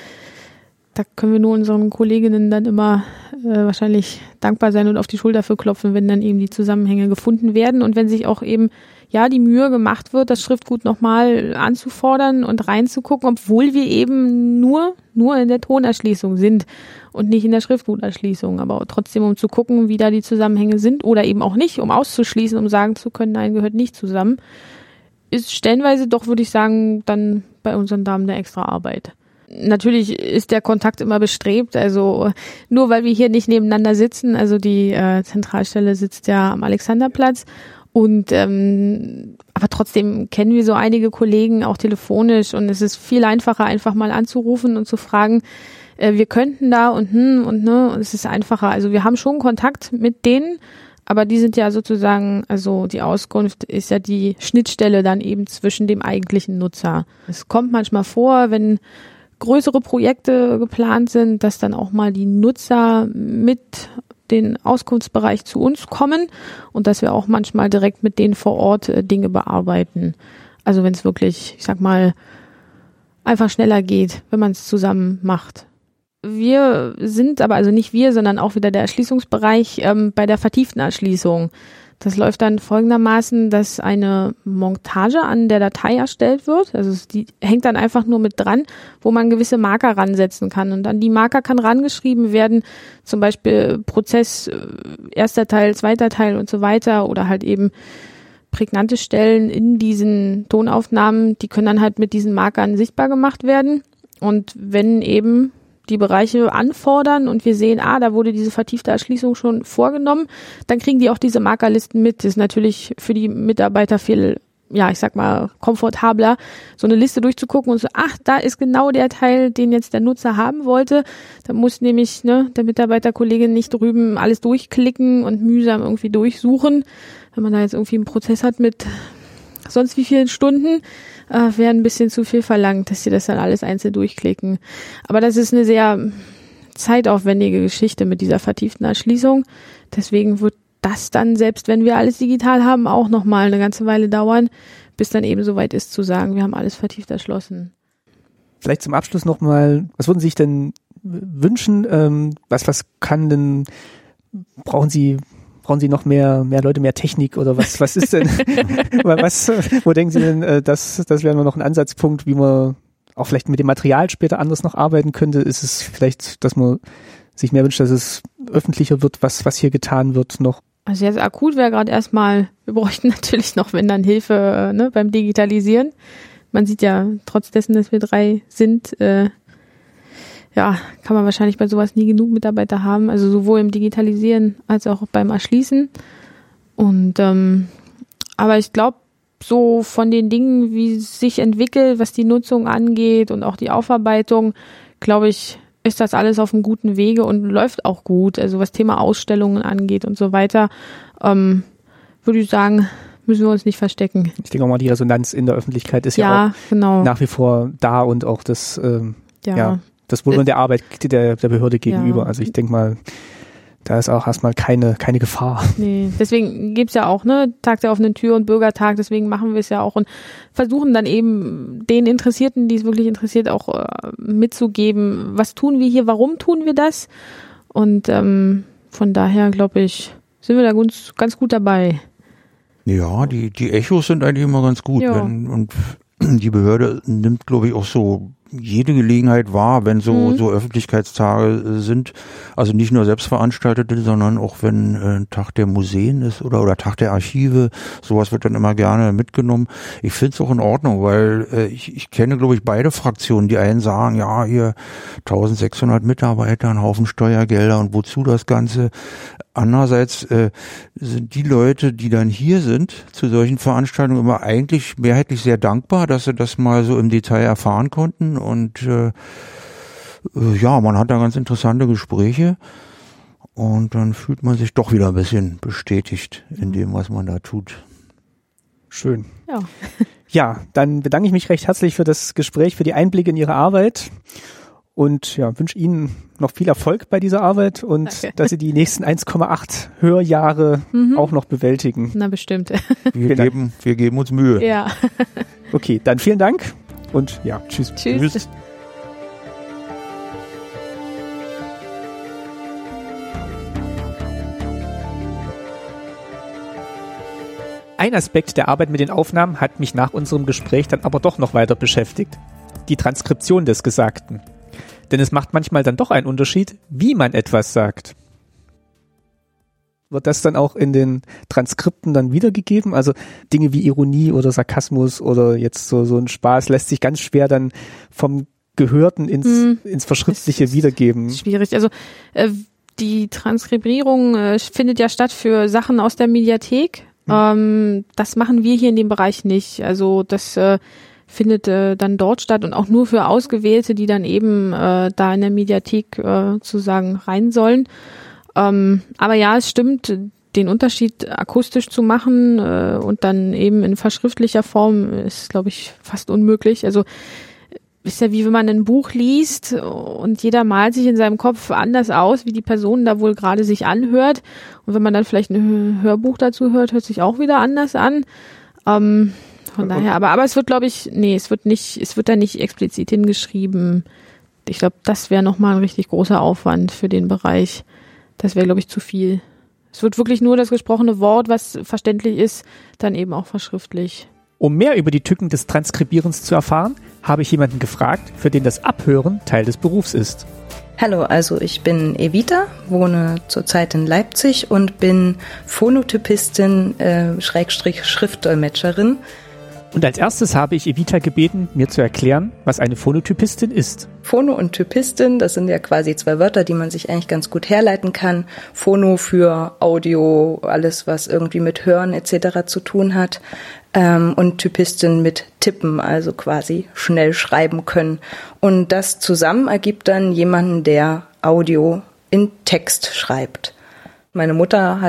Da können wir nur unseren Kolleginnen dann immer wahrscheinlich dankbar sein und auf die Schulter für klopfen, wenn dann eben die Zusammenhänge gefunden werden und wenn sich auch eben die Mühe gemacht wird, das Schriftgut nochmal anzufordern und reinzugucken, obwohl wir eben nur in der Tonerschließung sind und nicht in der Schriftguterschließung, aber trotzdem, um zu gucken, wie da die Zusammenhänge sind oder eben auch nicht, um auszuschließen, um sagen zu können, nein, gehört nicht zusammen, ist stellenweise doch, würde ich sagen, dann bei unseren Damen der extra Arbeit. Natürlich ist der Kontakt immer bestrebt, also nur weil wir hier nicht nebeneinander sitzen, also die Zentralstelle sitzt ja am Alexanderplatz und aber trotzdem kennen wir so einige Kollegen auch telefonisch und es ist viel einfacher, einfach mal anzurufen und zu fragen, wir könnten da und es ist einfacher. Also wir haben schon Kontakt mit denen, aber die sind ja sozusagen, also die Auskunft ist ja die Schnittstelle dann eben zwischen dem eigentlichen Nutzer. Es kommt manchmal vor, wenn größere Projekte geplant sind, dass dann auch mal die Nutzer mit den Auskunftsbereich zu uns kommen und dass wir auch manchmal direkt mit denen vor Ort Dinge bearbeiten. Also wenn es wirklich, ich sag mal, einfach schneller geht, wenn man es zusammen macht. Wir sind aber, also nicht wir, sondern auch wieder der Erschließungsbereich bei der vertieften Erschließung. Das läuft dann folgendermaßen, dass eine Montage an der Datei erstellt wird. Also die hängt dann einfach nur mit dran, wo man gewisse Marker ransetzen kann. Und an die Marker kann rangeschrieben werden, zum Beispiel Prozess, erster Teil, zweiter Teil und so weiter. Oder halt eben prägnante Stellen in diesen Tonaufnahmen, die können dann halt mit diesen Markern sichtbar gemacht werden. Und wenn eben die Bereiche anfordern und wir sehen, da wurde diese vertiefte Erschließung schon vorgenommen, dann kriegen die auch diese Markerlisten mit. Das ist natürlich für die Mitarbeiter viel, ich sag mal, komfortabler, so eine Liste durchzugucken und so, da ist genau der Teil, den jetzt der Nutzer haben wollte. Da muss nämlich der Mitarbeiterkollege nicht drüben alles durchklicken und mühsam irgendwie durchsuchen. Wenn man da jetzt irgendwie einen Prozess hat mit sonst wie vielen Stunden, wäre ein bisschen zu viel verlangt, dass sie das dann alles einzeln durchklicken. Aber das ist eine sehr zeitaufwendige Geschichte mit dieser vertieften Erschließung. Deswegen wird das dann, selbst wenn wir alles digital haben, auch nochmal eine ganze Weile dauern, bis dann eben soweit ist zu sagen, wir haben alles vertieft erschlossen. Vielleicht zum Abschluss nochmal, was würden Sie sich denn wünschen? Was kann denn, brauchen Sie noch mehr Leute, mehr Technik oder was ist denn, wo denken Sie denn, das wäre noch ein Ansatzpunkt, wie man auch vielleicht mit dem Material später anders noch arbeiten könnte? Ist es vielleicht, dass man sich mehr wünscht, dass es öffentlicher wird, was hier getan wird noch? Also jetzt akut wäre gerade erstmal, wir bräuchten natürlich noch, wenn dann Hilfe beim Digitalisieren. Man sieht ja, trotz dessen, dass wir 3 sind, kann man wahrscheinlich bei sowas nie genug Mitarbeiter haben, also sowohl im Digitalisieren als auch beim Erschließen. Und aber ich glaube, so von den Dingen, wie es sich entwickelt, was die Nutzung angeht und auch die Aufarbeitung, glaube ich, ist das alles auf einem guten Wege und läuft auch gut. Also was Thema Ausstellungen angeht und so weiter, würde ich sagen, müssen wir uns nicht verstecken. Ich denke auch mal, die Resonanz in der Öffentlichkeit ist ja auch nach wie vor da und auch das das Wohlwollen der Arbeit der Behörde gegenüber. Also ich denke mal, da ist auch erstmal keine Gefahr. Nee, deswegen gibt's ja auch, Tag der offenen Tür und Bürgertag, deswegen machen wir es ja auch und versuchen dann eben den Interessierten, die es wirklich interessiert, auch mitzugeben, was tun wir hier, warum tun wir das? Und von daher, glaube ich, sind wir da ganz gut dabei. Ja, die Echos sind eigentlich immer ganz gut. Ja. Und die Behörde nimmt, glaube ich, auch so jede Gelegenheit wahr, wenn so Öffentlichkeitstage sind, also nicht nur selbstveranstaltete, sondern auch wenn Tag der Museen ist oder Tag der Archive, sowas wird dann immer gerne mitgenommen. Ich finde es auch in Ordnung, weil ich kenne, glaube ich, beide Fraktionen. Die einen sagen, ja, hier 1600 Mitarbeiter, ein Haufen Steuergelder und wozu das Ganze? Andererseits sind die Leute, die dann hier sind, zu solchen Veranstaltungen immer eigentlich mehrheitlich sehr dankbar, dass sie das mal so im Detail erfahren konnten und man hat da ganz interessante Gespräche und dann fühlt man sich doch wieder ein bisschen bestätigt in dem, was man da tut. Schön. Ja. Ja, dann bedanke ich mich recht herzlich für das Gespräch, für die Einblicke in Ihre Arbeit. Und wünsche Ihnen noch viel Erfolg bei dieser Arbeit und Danke. Dass Sie die nächsten 1,8 Hörjahre auch noch bewältigen. Na bestimmt. Wir geben uns Mühe. Ja. Okay, dann vielen Dank und tschüss. Tschüss. Ein Aspekt der Arbeit mit den Aufnahmen hat mich nach unserem Gespräch dann aber doch noch weiter beschäftigt. Die Transkription des Gesagten. Denn es macht manchmal dann doch einen Unterschied, wie man etwas sagt. Wird das dann auch in den Transkripten dann wiedergegeben? Also Dinge wie Ironie oder Sarkasmus oder jetzt so ein Spaß lässt sich ganz schwer dann vom Gehörten ins Verschriftliche wiedergeben. Schwierig. Also die Transkribierung findet ja statt für Sachen aus der Mediathek. Das machen wir hier in dem Bereich nicht. Also das findet dann dort statt und auch nur für Ausgewählte, die dann eben da in der Mediathek sozusagen rein sollen. Aber ja, es stimmt, den Unterschied akustisch zu machen und dann eben in verschriftlicher Form ist, glaube ich, fast unmöglich. Also ist ja wie wenn man ein Buch liest und jeder malt sich in seinem Kopf anders aus, wie die Person da wohl gerade sich anhört. Und wenn man dann vielleicht ein Hörbuch dazu hört, hört sich auch wieder anders an. Von daher, aber es wird, glaube ich, es wird da nicht explizit hingeschrieben. Ich glaube, das wäre nochmal ein richtig großer Aufwand für den Bereich. Das wäre, glaube ich, zu viel. Es wird wirklich nur das gesprochene Wort, was verständlich ist, dann eben auch verschriftlich. Um mehr über die Tücken des Transkribierens zu erfahren, habe ich jemanden gefragt, für den das Abhören Teil des Berufs ist. Hallo, also ich bin Evita, wohne zurzeit in Leipzig und bin Phonotypistin Schriftdolmetscherin. Und als erstes habe ich Evita gebeten, mir zu erklären, was eine Phonotypistin ist. Phono und Typistin, das sind ja quasi zwei Wörter, die man sich eigentlich ganz gut herleiten kann. Phono für Audio, alles was irgendwie mit Hören etc. zu tun hat. Und Typistin mit Tippen, also quasi schnell schreiben können. Und das zusammen ergibt dann jemanden, der Audio in Text schreibt. Meine Mutter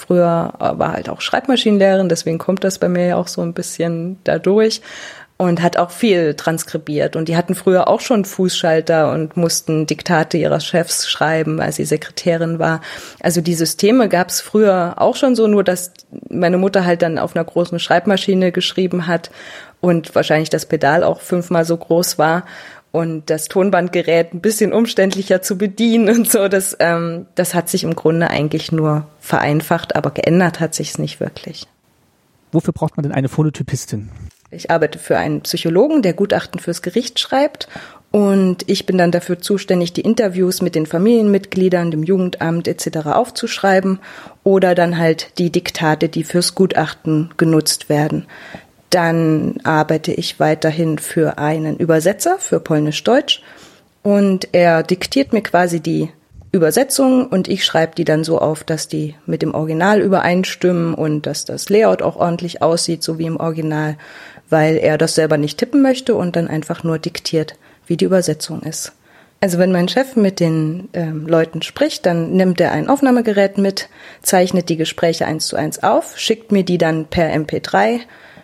war halt auch Schreibmaschinenlehrerin, deswegen kommt das bei mir ja auch so ein bisschen dadurch und hat auch viel transkribiert. Und die hatten früher auch schon Fußschalter und mussten Diktate ihrer Chefs schreiben, als sie Sekretärin war. Also die Systeme gab es früher auch schon so, nur dass meine Mutter halt dann auf einer großen Schreibmaschine geschrieben hat und wahrscheinlich das Pedal auch 5-mal so groß war. Und das Tonbandgerät ein bisschen umständlicher zu bedienen und so, das hat sich im Grunde eigentlich nur vereinfacht, aber geändert hat sich's nicht wirklich. Wofür braucht man denn eine Phonotypistin? Ich arbeite für einen Psychologen, der Gutachten fürs Gericht schreibt, und ich bin dann dafür zuständig, die Interviews mit den Familienmitgliedern, dem Jugendamt etc. aufzuschreiben oder dann halt die Diktate, die fürs Gutachten genutzt werden. Dann arbeite ich weiterhin für einen Übersetzer für Polnisch-Deutsch und er diktiert mir quasi die Übersetzung und ich schreibe die dann so auf, dass die mit dem Original übereinstimmen und dass das Layout auch ordentlich aussieht, so wie im Original, weil er das selber nicht tippen möchte und dann einfach nur diktiert, wie die Übersetzung ist. Also wenn mein Chef mit den Leuten spricht, dann nimmt er ein Aufnahmegerät mit, zeichnet die Gespräche 1:1 auf, schickt mir die dann per MP3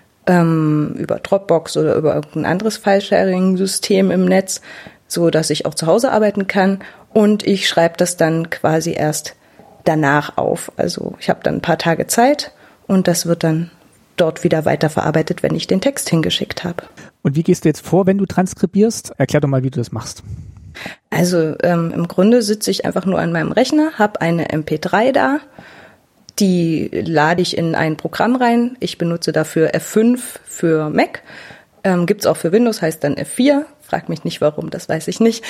über Dropbox oder über irgendein anderes File-Sharing-System im Netz, so dass ich auch zu Hause arbeiten kann. Und ich schreibe das dann quasi erst danach auf. Also ich habe dann ein paar Tage Zeit und das wird dann dort wieder weiterverarbeitet, wenn ich den Text hingeschickt habe. Und wie gehst du jetzt vor, wenn du transkribierst? Erklär doch mal, wie du das machst. Also im Grunde sitze ich einfach nur an meinem Rechner, habe eine MP3 da. Die lade ich in ein Programm rein. Ich benutze dafür F5 für Mac. Gibt's auch für Windows, heißt dann F4. Frag mich nicht warum, das weiß ich nicht.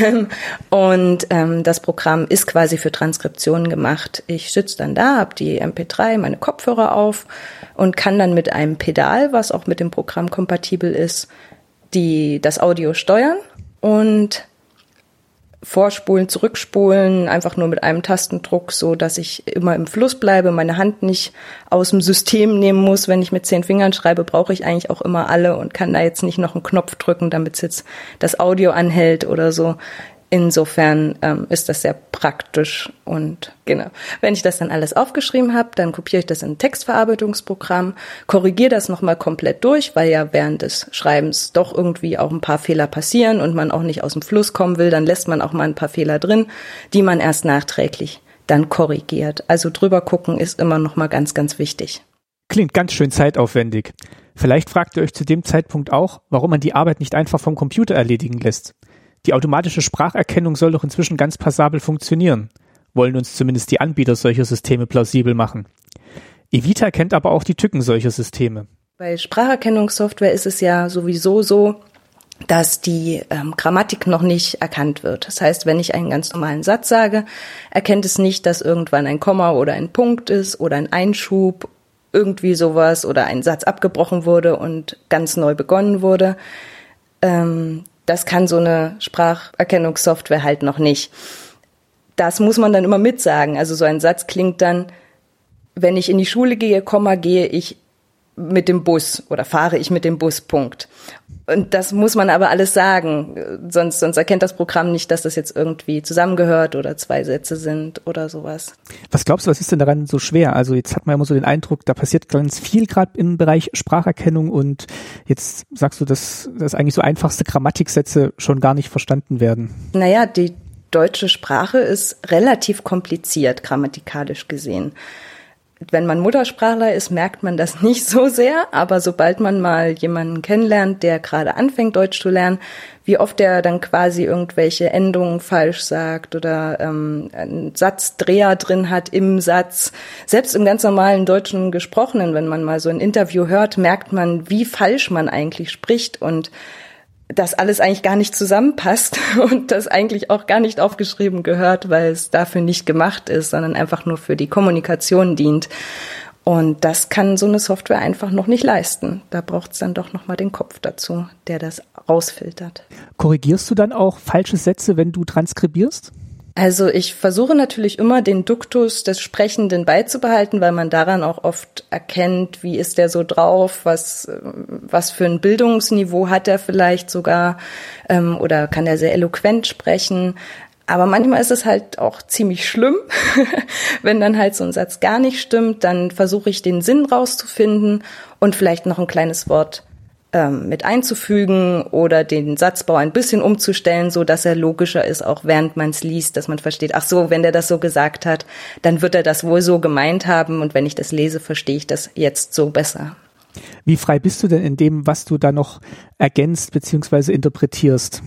Und das Programm ist quasi für Transkriptionen gemacht. Ich sitze dann da, habe die MP3, meine Kopfhörer auf und kann dann mit einem Pedal, was auch mit dem Programm kompatibel ist, das Audio steuern und vorspulen, zurückspulen, einfach nur mit einem Tastendruck, so dass ich immer im Fluss bleibe, meine Hand nicht aus dem System nehmen muss. Wenn ich mit 10 Fingern schreibe, brauche ich eigentlich auch immer alle und kann da jetzt nicht noch einen Knopf drücken, damit jetzt das Audio anhält oder so. Insofern ist das sehr praktisch und genau. Wenn ich das dann alles aufgeschrieben habe, dann kopiere ich das in ein Textverarbeitungsprogramm, korrigiere das nochmal komplett durch, weil ja während des Schreibens doch irgendwie auch ein paar Fehler passieren und man auch nicht aus dem Fluss kommen will, dann lässt man auch mal ein paar Fehler drin, die man erst nachträglich dann korrigiert. Also drüber gucken ist immer nochmal ganz, ganz wichtig. Klingt ganz schön zeitaufwendig. Vielleicht fragt ihr euch zu dem Zeitpunkt auch, warum man die Arbeit nicht einfach vom Computer erledigen lässt. Die automatische Spracherkennung soll doch inzwischen ganz passabel funktionieren. Wollen uns zumindest die Anbieter solcher Systeme plausibel machen. Evita kennt aber auch die Tücken solcher Systeme. Bei Spracherkennungssoftware ist es ja sowieso so, dass die Grammatik noch nicht erkannt wird. Das heißt, wenn ich einen ganz normalen Satz sage, erkennt es nicht, dass irgendwann ein Komma oder ein Punkt ist oder ein Einschub, irgendwie sowas oder ein Satz abgebrochen wurde und ganz neu begonnen wurde. Das kann so eine Spracherkennungssoftware halt noch nicht. Das muss man dann immer mitsagen. Also so ein Satz klingt dann, wenn ich in die Schule gehe, gehe ich mit dem Bus oder fahre ich mit dem Bus, Punkt. Und das muss man aber alles sagen, sonst erkennt das Programm nicht, dass das jetzt irgendwie zusammengehört oder 2 Sätze sind oder sowas. Was glaubst du, was ist denn daran so schwer? Also jetzt hat man immer so den Eindruck, da passiert ganz viel gerade im Bereich Spracherkennung und jetzt sagst du, dass eigentlich so einfachste Grammatiksätze schon gar nicht verstanden werden. Naja, die deutsche Sprache ist relativ kompliziert, grammatikalisch gesehen. Wenn man Muttersprachler ist, merkt man das nicht so sehr, aber sobald man mal jemanden kennenlernt, der gerade anfängt, Deutsch zu lernen, wie oft er dann quasi irgendwelche Endungen falsch sagt oder einen Satzdreher drin hat im Satz. Selbst im ganz normalen deutschen Gesprochenen, wenn man mal so ein Interview hört, merkt man, wie falsch man eigentlich spricht und dass alles eigentlich gar nicht zusammenpasst und das eigentlich auch gar nicht aufgeschrieben gehört, weil es dafür nicht gemacht ist, sondern einfach nur für die Kommunikation dient. Und das kann so eine Software einfach noch nicht leisten. Da braucht es dann doch nochmal den Kopf dazu, der das rausfiltert. Korrigierst du dann auch falsche Sätze, wenn du transkribierst? Also ich versuche natürlich immer, den Duktus des Sprechenden beizubehalten, weil man daran auch oft erkennt, wie ist der so drauf, was für ein Bildungsniveau hat er vielleicht sogar oder kann er sehr eloquent sprechen. Aber manchmal ist es halt auch ziemlich schlimm, wenn dann halt so ein Satz gar nicht stimmt, dann versuche ich den Sinn rauszufinden und vielleicht noch ein kleines Wort mit einzufügen oder den Satzbau ein bisschen umzustellen, so dass er logischer ist, auch während man es liest, dass man versteht, ach so, wenn der das so gesagt hat, dann wird er das wohl so gemeint haben und wenn ich das lese, verstehe ich das jetzt so besser. Wie frei bist du denn in dem, was du da noch ergänzt bzw. interpretierst?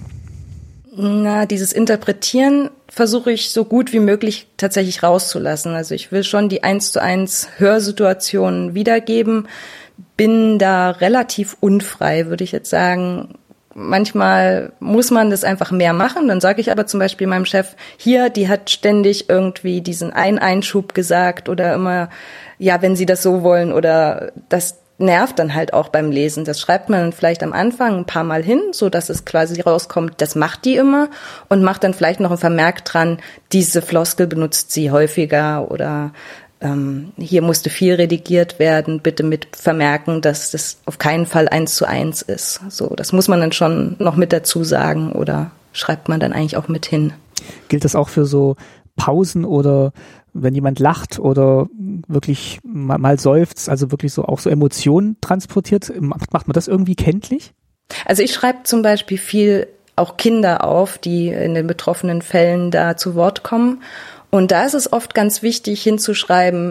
Na, dieses Interpretieren versuche ich so gut wie möglich tatsächlich rauszulassen. Also ich will schon die 1:1 Hörsituation wiedergeben, bin da relativ unfrei, würde ich jetzt sagen. Manchmal muss man das einfach mehr machen. Dann sage ich aber zum Beispiel meinem Chef, hier, die hat ständig irgendwie diesen Einschub gesagt oder immer, ja, wenn Sie das so wollen oder das nervt dann halt auch beim Lesen. Das schreibt man dann vielleicht am Anfang ein paar Mal hin, so dass es quasi rauskommt, das macht die immer und macht dann vielleicht noch ein Vermerk dran, diese Floskel benutzt sie häufiger oder hier musste viel redigiert werden, bitte mit vermerken, dass das auf keinen Fall 1:1 ist. So, das muss man dann schon noch mit dazu sagen oder schreibt man dann eigentlich auch mit hin. Gilt das auch für so Pausen oder wenn jemand lacht oder wirklich mal seufzt, also wirklich so auch so Emotionen transportiert? Macht man das irgendwie kenntlich? Also ich schreibe zum Beispiel viel auch Kinder auf, die in den betroffenen Fällen da zu Wort kommen. Und da ist es oft ganz wichtig hinzuschreiben,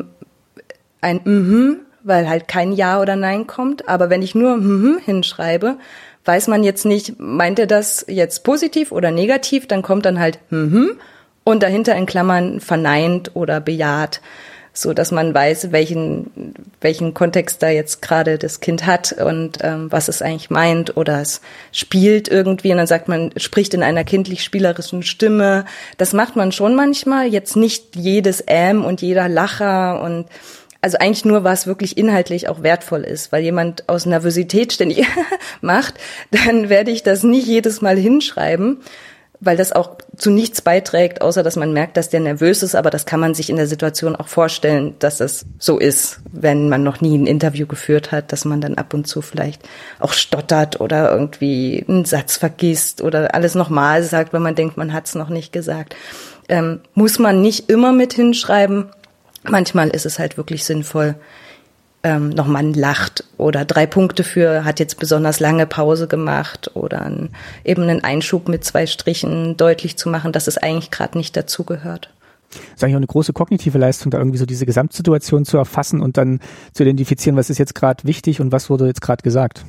ein weil halt kein Ja oder Nein kommt. Aber wenn ich nur hinschreibe, weiß man jetzt nicht, meint er das jetzt positiv oder negativ, dann kommt dann halt und dahinter in Klammern verneint oder bejaht, so dass man weiß, welchen Kontext da jetzt gerade das Kind hat und was es eigentlich meint oder es spielt irgendwie und dann sagt man, spricht in einer kindlich-spielerischen Stimme. Das macht man schon manchmal, jetzt nicht jedes und jeder Lacher und also eigentlich nur, was wirklich inhaltlich auch wertvoll ist, weil jemand aus Nervosität ständig macht, dann werde ich das nicht jedes Mal hinschreiben, weil das auch zu nichts beiträgt, außer dass man merkt, dass der nervös ist, aber das kann man sich in der Situation auch vorstellen, dass es so ist, wenn man noch nie ein Interview geführt hat, dass man dann ab und zu vielleicht auch stottert oder irgendwie einen Satz vergisst oder alles nochmal sagt, wenn man denkt, man hat es noch nicht gesagt. Muss man nicht immer mit hinschreiben. Manchmal ist es halt wirklich sinnvoll, nochmal lacht oder 3 Punkte für, hat jetzt besonders lange Pause gemacht oder eben einen Einschub mit 2 Strichen deutlich zu machen, dass es eigentlich gerade nicht dazugehört. Das ist eigentlich auch eine große kognitive Leistung, da irgendwie so diese Gesamtsituation zu erfassen und dann zu identifizieren, was ist jetzt gerade wichtig und was wurde jetzt gerade gesagt.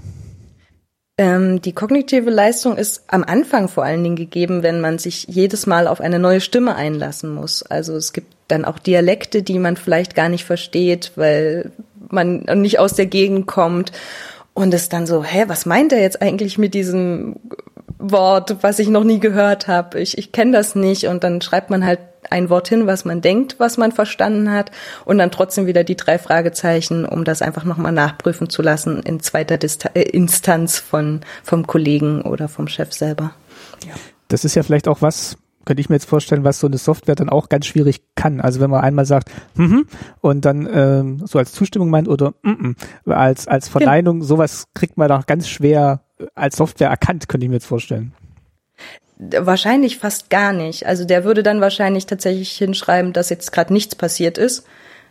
Die kognitive Leistung ist am Anfang vor allen Dingen gegeben, wenn man sich jedes Mal auf eine neue Stimme einlassen muss. Also es gibt dann auch Dialekte, die man vielleicht gar nicht versteht, weil man nicht aus der Gegend kommt und es dann so, was meint er jetzt eigentlich mit diesem Wort, was ich noch nie gehört habe? Ich kenne das nicht und dann schreibt man halt ein Wort hin, was man denkt, was man verstanden hat und dann trotzdem wieder die 3 Fragezeichen, um das einfach nochmal nachprüfen zu lassen in zweiter Instanz vom Kollegen oder vom Chef selber. Ja. Das ist ja vielleicht auch was, könnte ich mir jetzt vorstellen, was so eine Software dann auch ganz schwierig kann. Also wenn man einmal sagt, und dann so als Zustimmung meint oder als Verneinung, sowas kriegt man doch ganz schwer als Software erkannt, könnte ich mir jetzt vorstellen. Wahrscheinlich fast gar nicht. Also der würde dann wahrscheinlich tatsächlich hinschreiben, dass jetzt gerade nichts passiert ist,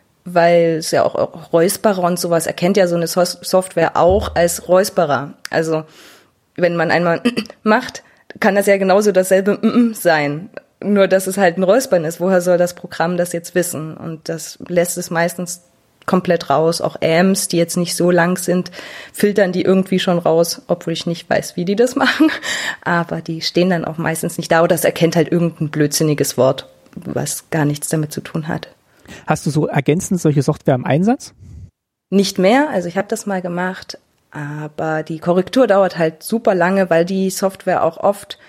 weil es ja auch Räusperer und sowas erkennt ja so eine Software auch als Räusperer. Also wenn man einmal macht, kann das ja genauso dasselbe sein. Nur, dass es halt ein Räuspern ist. Woher soll das Programm das jetzt wissen? Und das lässt es meistens komplett raus. Auch AMs, die jetzt nicht so lang sind, filtern die irgendwie schon raus, obwohl ich nicht weiß, wie die das machen. Aber die stehen dann auch meistens nicht da. Oder das erkennt halt irgendein blödsinniges Wort, was gar nichts damit zu tun hat. Hast du so ergänzend solche Software im Einsatz? Nicht mehr. Also ich habe das mal gemacht. Aber die Korrektur dauert halt super lange, weil die Software auch oft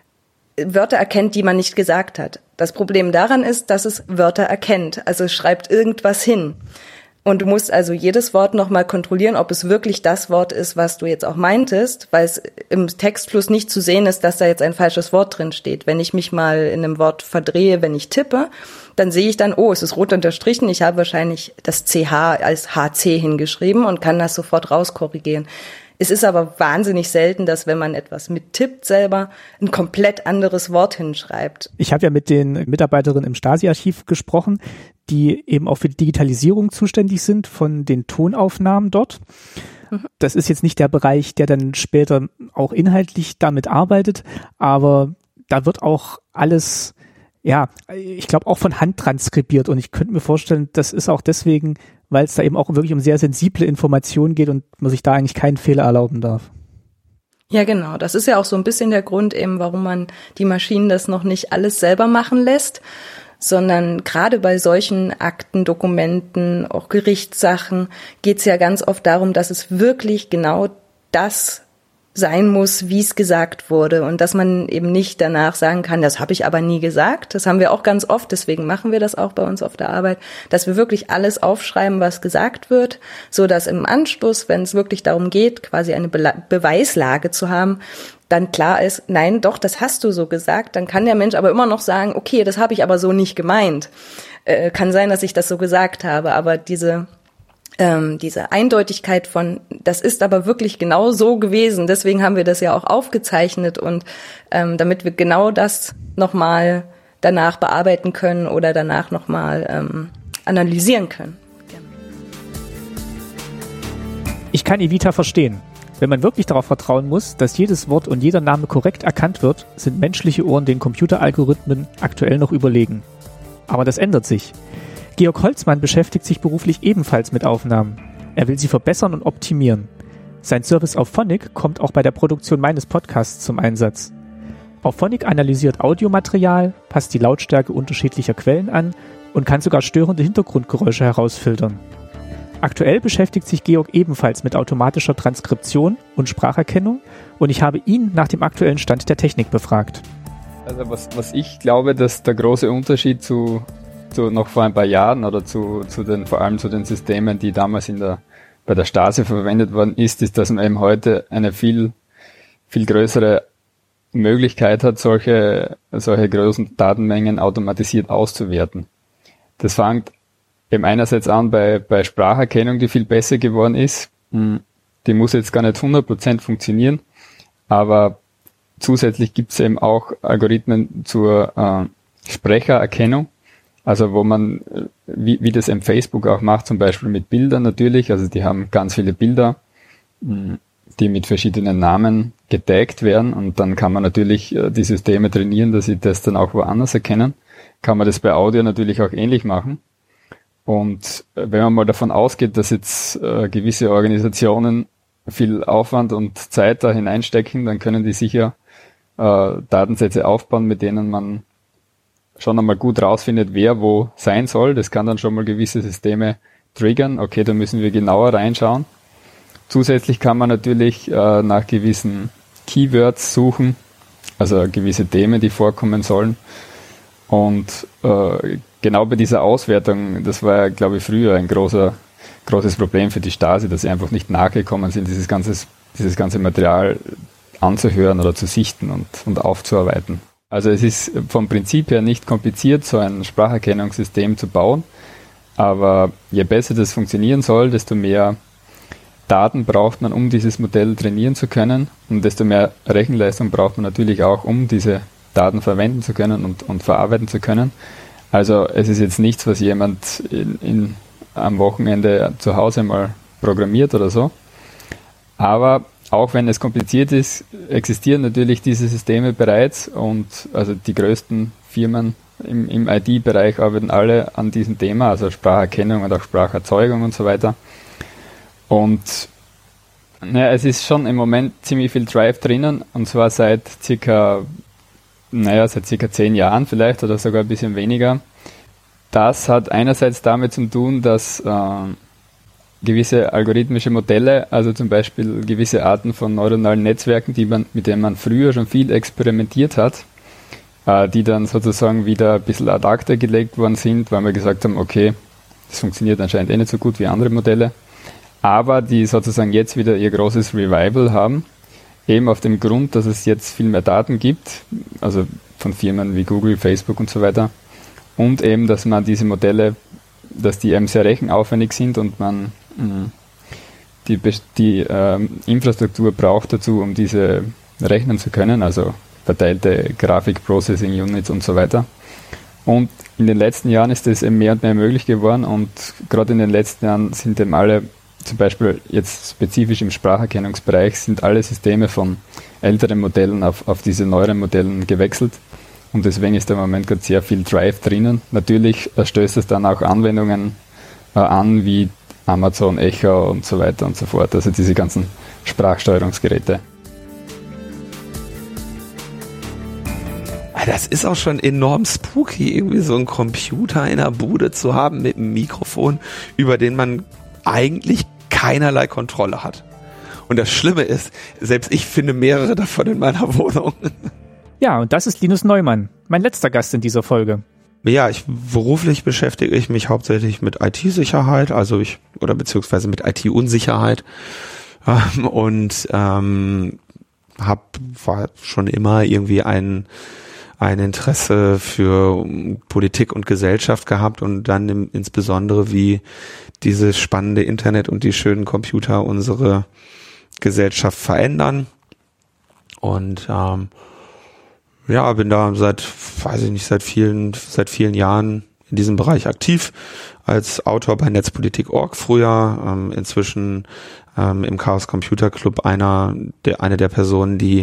Wörter erkennt, die man nicht gesagt hat. Das Problem daran ist, dass es Wörter erkennt. Also es schreibt irgendwas hin. Und du musst also jedes Wort nochmal kontrollieren, ob es wirklich das Wort ist, was du jetzt auch meintest, weil es im Textfluss nicht zu sehen ist, dass da jetzt ein falsches Wort drin steht. Wenn ich mich mal in einem Wort verdrehe, wenn ich tippe, dann sehe ich dann, oh, es ist rot unterstrichen, ich habe wahrscheinlich das CH als HC hingeschrieben und kann das sofort rauskorrigieren. Es ist aber wahnsinnig selten, dass wenn man etwas mittippt selber, ein komplett anderes Wort hinschreibt. Ich habe ja mit den Mitarbeiterinnen im Stasi-Archiv gesprochen, die eben auch für die Digitalisierung zuständig sind von den Tonaufnahmen dort. Das ist jetzt nicht der Bereich, der dann später auch inhaltlich damit arbeitet, aber da wird auch alles, ja, ich glaube auch von Hand transkribiert und ich könnte mir vorstellen, das ist auch deswegen, weil es da eben auch wirklich um sehr sensible Informationen geht und man sich da eigentlich keinen Fehler erlauben darf. Ja, genau. Das ist ja auch so ein bisschen der Grund eben, warum man die Maschinen das noch nicht alles selber machen lässt, sondern gerade bei solchen Akten, Dokumenten, auch Gerichtssachen geht es ja ganz oft darum, dass es wirklich genau das sein muss, wie es gesagt wurde und dass man eben nicht danach sagen kann, das habe ich aber nie gesagt. Das haben wir auch ganz oft, deswegen machen wir das auch bei uns auf der Arbeit, dass wir wirklich alles aufschreiben, was gesagt wird, so dass im Anschluss, wenn es wirklich darum geht, quasi eine Beweislage zu haben, dann klar ist, nein, doch, das hast du so gesagt, dann kann der Mensch aber immer noch sagen, okay, das habe ich aber so nicht gemeint. Kann sein, dass ich das so gesagt habe, aber diese Eindeutigkeit von, das ist aber wirklich genau so gewesen, deswegen haben wir das ja auch aufgezeichnet und damit wir genau das nochmal danach bearbeiten können oder danach nochmal analysieren können. Ich kann Evita verstehen. Wenn man wirklich darauf vertrauen muss, dass jedes Wort und jeder Name korrekt erkannt wird, sind menschliche Ohren den Computeralgorithmen aktuell noch überlegen. Aber das ändert sich. Georg Holzmann beschäftigt sich beruflich ebenfalls mit Aufnahmen. Er will sie verbessern und optimieren. Sein Service Auphonic kommt auch bei der Produktion meines Podcasts zum Einsatz. Auphonic analysiert Audiomaterial, passt die Lautstärke unterschiedlicher Quellen an und kann sogar störende Hintergrundgeräusche herausfiltern. Aktuell beschäftigt sich Georg ebenfalls mit automatischer Transkription und Spracherkennung und ich habe ihn nach dem aktuellen Stand der Technik befragt. Also was ich glaube, dass der große Unterschied zu noch vor ein paar Jahren oder vor allem zu den Systemen, die damals bei der Stasi verwendet worden ist, dass man eben heute eine viel, viel größere Möglichkeit hat, solche großen Datenmengen automatisiert auszuwerten. Das fängt eben einerseits an bei Spracherkennung, die viel besser geworden ist. Die muss jetzt gar nicht 100% funktionieren, aber zusätzlich gibt es eben auch Algorithmen zur Sprechererkennung, also wo man, wie das eben Facebook auch macht, zum Beispiel mit Bildern natürlich, also die haben ganz viele Bilder, die mit verschiedenen Namen getaggt werden und dann kann man natürlich die Systeme trainieren, dass sie das dann auch woanders erkennen. Kann man das bei Audio natürlich auch ähnlich machen. Und wenn man mal davon ausgeht, dass jetzt gewisse Organisationen viel Aufwand und Zeit da hineinstecken, dann können die sicher Datensätze aufbauen, mit denen man schon einmal gut rausfindet, wer wo sein soll. Das kann dann schon mal gewisse Systeme triggern. Okay, da müssen wir genauer reinschauen. Zusätzlich kann man natürlich nach gewissen Keywords suchen, also gewisse Themen, die vorkommen sollen. Und genau bei dieser Auswertung, das war ja, glaube ich, früher ein großes Problem für die Stasi, dass sie einfach nicht nachgekommen sind, dieses ganze Material anzuhören oder zu sichten und aufzuarbeiten. Also es ist vom Prinzip her nicht kompliziert, so ein Spracherkennungssystem zu bauen, aber je besser das funktionieren soll, desto mehr Daten braucht man, um dieses Modell trainieren zu können, und desto mehr Rechenleistung braucht man natürlich auch, um diese Daten verwenden zu können und verarbeiten zu können. Also es ist jetzt nichts, was jemand am Wochenende zu Hause mal programmiert oder so. Aber auch wenn es kompliziert ist, existieren natürlich diese Systeme bereits, und also die größten Firmen im IT-Bereich arbeiten alle an diesem Thema, also Spracherkennung und auch Spracherzeugung und so weiter. Und es ist schon im Moment ziemlich viel Drive drinnen, und zwar seit circa 10 Jahren vielleicht oder sogar ein bisschen weniger. Das hat einerseits damit zu tun, dass gewisse algorithmische Modelle, also zum Beispiel gewisse Arten von neuronalen Netzwerken, mit denen man früher schon viel experimentiert hat, die dann sozusagen wieder ein bisschen ad acta gelegt worden sind, weil wir gesagt haben, okay, das funktioniert anscheinend nicht so gut wie andere Modelle, aber die sozusagen jetzt wieder ihr großes Revival haben, eben auf dem Grund, dass es jetzt viel mehr Daten gibt, also von Firmen wie Google, Facebook und so weiter, und eben, dass man diese Modelle, dass die eben sehr rechenaufwendig sind und man die Infrastruktur braucht dazu, um diese rechnen zu können, also verteilte Grafik-Processing-Units und so weiter. Und in den letzten Jahren ist das eben mehr und mehr möglich geworden, und gerade in den letzten Jahren sind eben alle, zum Beispiel jetzt spezifisch im Spracherkennungsbereich, sind alle Systeme von älteren Modellen auf diese neueren Modellen gewechselt, und deswegen ist da im Moment gerade sehr viel Drive drinnen. Natürlich stößt es dann auch Anwendungen an, wie Amazon Echo und so weiter und so fort, also diese ganzen Sprachsteuerungsgeräte. Das ist auch schon enorm spooky, irgendwie so einen Computer in der Bude zu haben mit einem Mikrofon, über den man eigentlich keinerlei Kontrolle hat. Und das Schlimme ist, selbst ich finde mehrere davon in meiner Wohnung. Ja, und das ist Linus Neumann, mein letzter Gast in dieser Folge. Ja, beruflich beschäftige ich mich hauptsächlich mit IT-Sicherheit, beziehungsweise mit IT-Unsicherheit, und war schon immer irgendwie ein Interesse für Politik und Gesellschaft gehabt, und dann insbesondere, wie dieses spannende Internet und die schönen Computer unsere Gesellschaft verändern. Und bin da seit vielen Jahren in diesem Bereich aktiv, als Autor bei Netzpolitik.org früher, inzwischen im Chaos Computer Club eine der Personen, die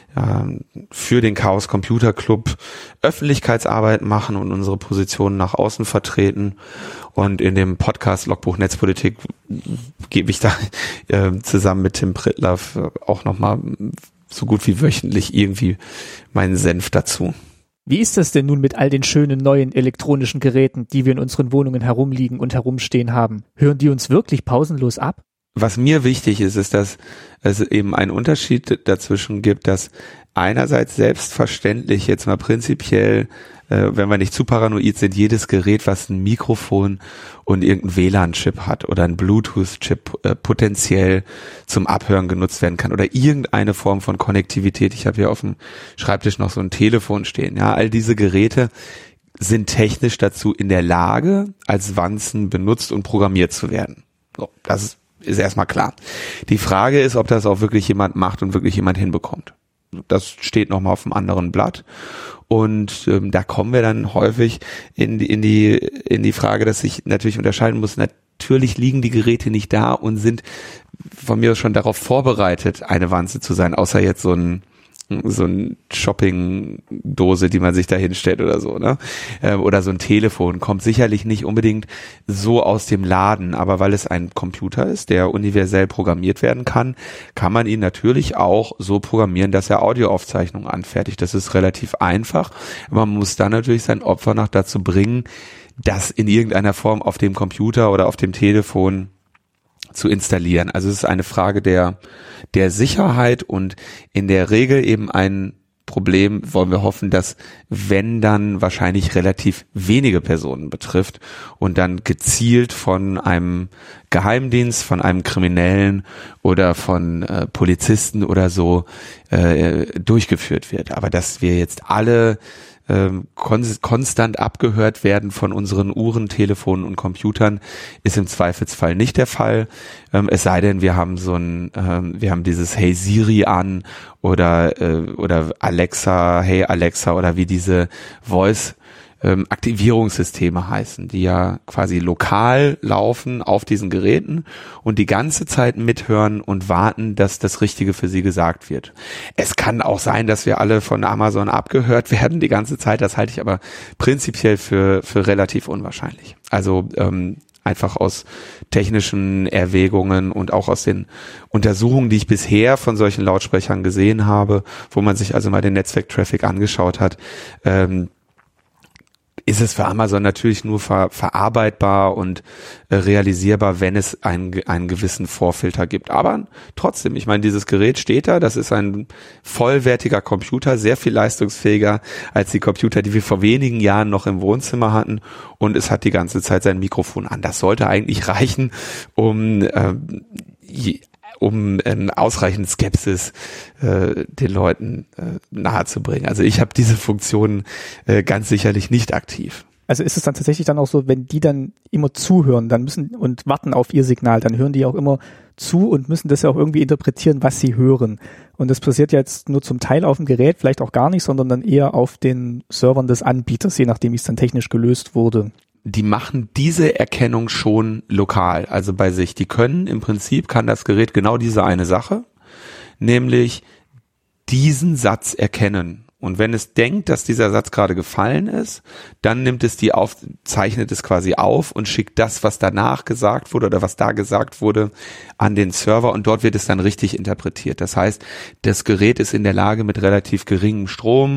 für den Chaos Computer Club Öffentlichkeitsarbeit machen und unsere Positionen nach außen vertreten. Und in dem Podcast Logbuch Netzpolitik gebe ich da zusammen mit Tim Prittlaff auch nochmal so gut wie wöchentlich irgendwie meinen Senf dazu. Wie ist das denn nun mit all den schönen neuen elektronischen Geräten, die wir in unseren Wohnungen herumliegen und herumstehen haben? Hören die uns wirklich pausenlos ab? Was mir wichtig ist, dass es eben einen Unterschied dazwischen gibt, dass einerseits selbstverständlich jetzt mal prinzipiell, wenn wir nicht zu paranoid sind, jedes Gerät, was ein Mikrofon und irgendein WLAN-Chip hat oder ein Bluetooth-Chip potenziell zum Abhören genutzt werden kann oder irgendeine Form von Konnektivität. Ich habe hier auf dem Schreibtisch noch so ein Telefon stehen. Ja, all diese Geräte sind technisch dazu in der Lage, als Wanzen benutzt und programmiert zu werden. So, das ist erstmal klar. Die Frage ist, ob das auch wirklich jemand macht und wirklich jemand hinbekommt. Das steht nochmal auf einem anderen Blatt. Und da kommen wir dann häufig in die Frage, dass ich natürlich unterscheiden muss. Natürlich liegen die Geräte nicht da und sind von mir aus schon darauf vorbereitet, eine Wanze zu sein, außer jetzt so ein Shopping-Dose, die man sich da hinstellt oder so, ne? Oder so ein Telefon kommt sicherlich nicht unbedingt so aus dem Laden, aber weil es ein Computer ist, der universell programmiert werden kann, kann man ihn natürlich auch so programmieren, dass er Audioaufzeichnungen anfertigt. Das ist relativ einfach. Man muss dann natürlich sein Opfer noch dazu bringen, das in irgendeiner Form auf dem Computer oder auf dem Telefon zu installieren. Also es ist eine Frage der Sicherheit und in der Regel eben ein Problem, wollen wir hoffen, dass wenn dann wahrscheinlich relativ wenige Personen betrifft und dann gezielt von einem Geheimdienst, von einem Kriminellen oder von Polizisten oder so durchgeführt wird. Aber dass wir jetzt alle konstant abgehört werden von unseren Uhren, Telefonen und Computern, ist im Zweifelsfall nicht der Fall. Es sei denn, wir haben wir haben dieses Hey Siri an oder Alexa, Hey Alexa oder wie diese Voice Aktivierungssysteme heißen, die ja quasi lokal laufen auf diesen Geräten und die ganze Zeit mithören und warten, dass das Richtige für sie gesagt wird. Es kann auch sein, dass wir alle von Amazon abgehört werden die ganze Zeit, das halte ich aber prinzipiell für relativ unwahrscheinlich. Also einfach aus technischen Erwägungen und auch aus den Untersuchungen, die ich bisher von solchen Lautsprechern gesehen habe, wo man sich also mal den Netzwerktraffic angeschaut hat, ist es für Amazon natürlich nur verarbeitbar und realisierbar, wenn es einen gewissen Vorfilter gibt. Aber trotzdem, ich meine, dieses Gerät steht da, das ist ein vollwertiger Computer, sehr viel leistungsfähiger als die Computer, die wir vor wenigen Jahren noch im Wohnzimmer hatten, und es hat die ganze Zeit sein Mikrofon an. Das sollte eigentlich reichen, um ausreichend Skepsis den Leuten nahezubringen. Also ich habe diese Funktion ganz sicherlich nicht aktiv. Also ist es dann tatsächlich dann auch so, wenn die dann immer zuhören, dann müssen und warten auf ihr Signal, dann hören die auch immer zu und müssen das ja auch irgendwie interpretieren, was sie hören. Und das passiert jetzt nur zum Teil auf dem Gerät, vielleicht auch gar nicht, sondern dann eher auf den Servern des Anbieters, je nachdem, wie es dann technisch gelöst wurde. Die machen diese Erkennung schon lokal, also bei sich. Die können im Prinzip, kann das Gerät genau diese eine Sache, nämlich diesen Satz erkennen. Und wenn es denkt, dass dieser Satz gerade gefallen ist, dann nimmt es zeichnet es quasi auf und schickt das, was danach gesagt wurde oder was da gesagt wurde, an den Server, und dort wird es dann richtig interpretiert. Das heißt, das Gerät ist in der Lage, mit relativ geringem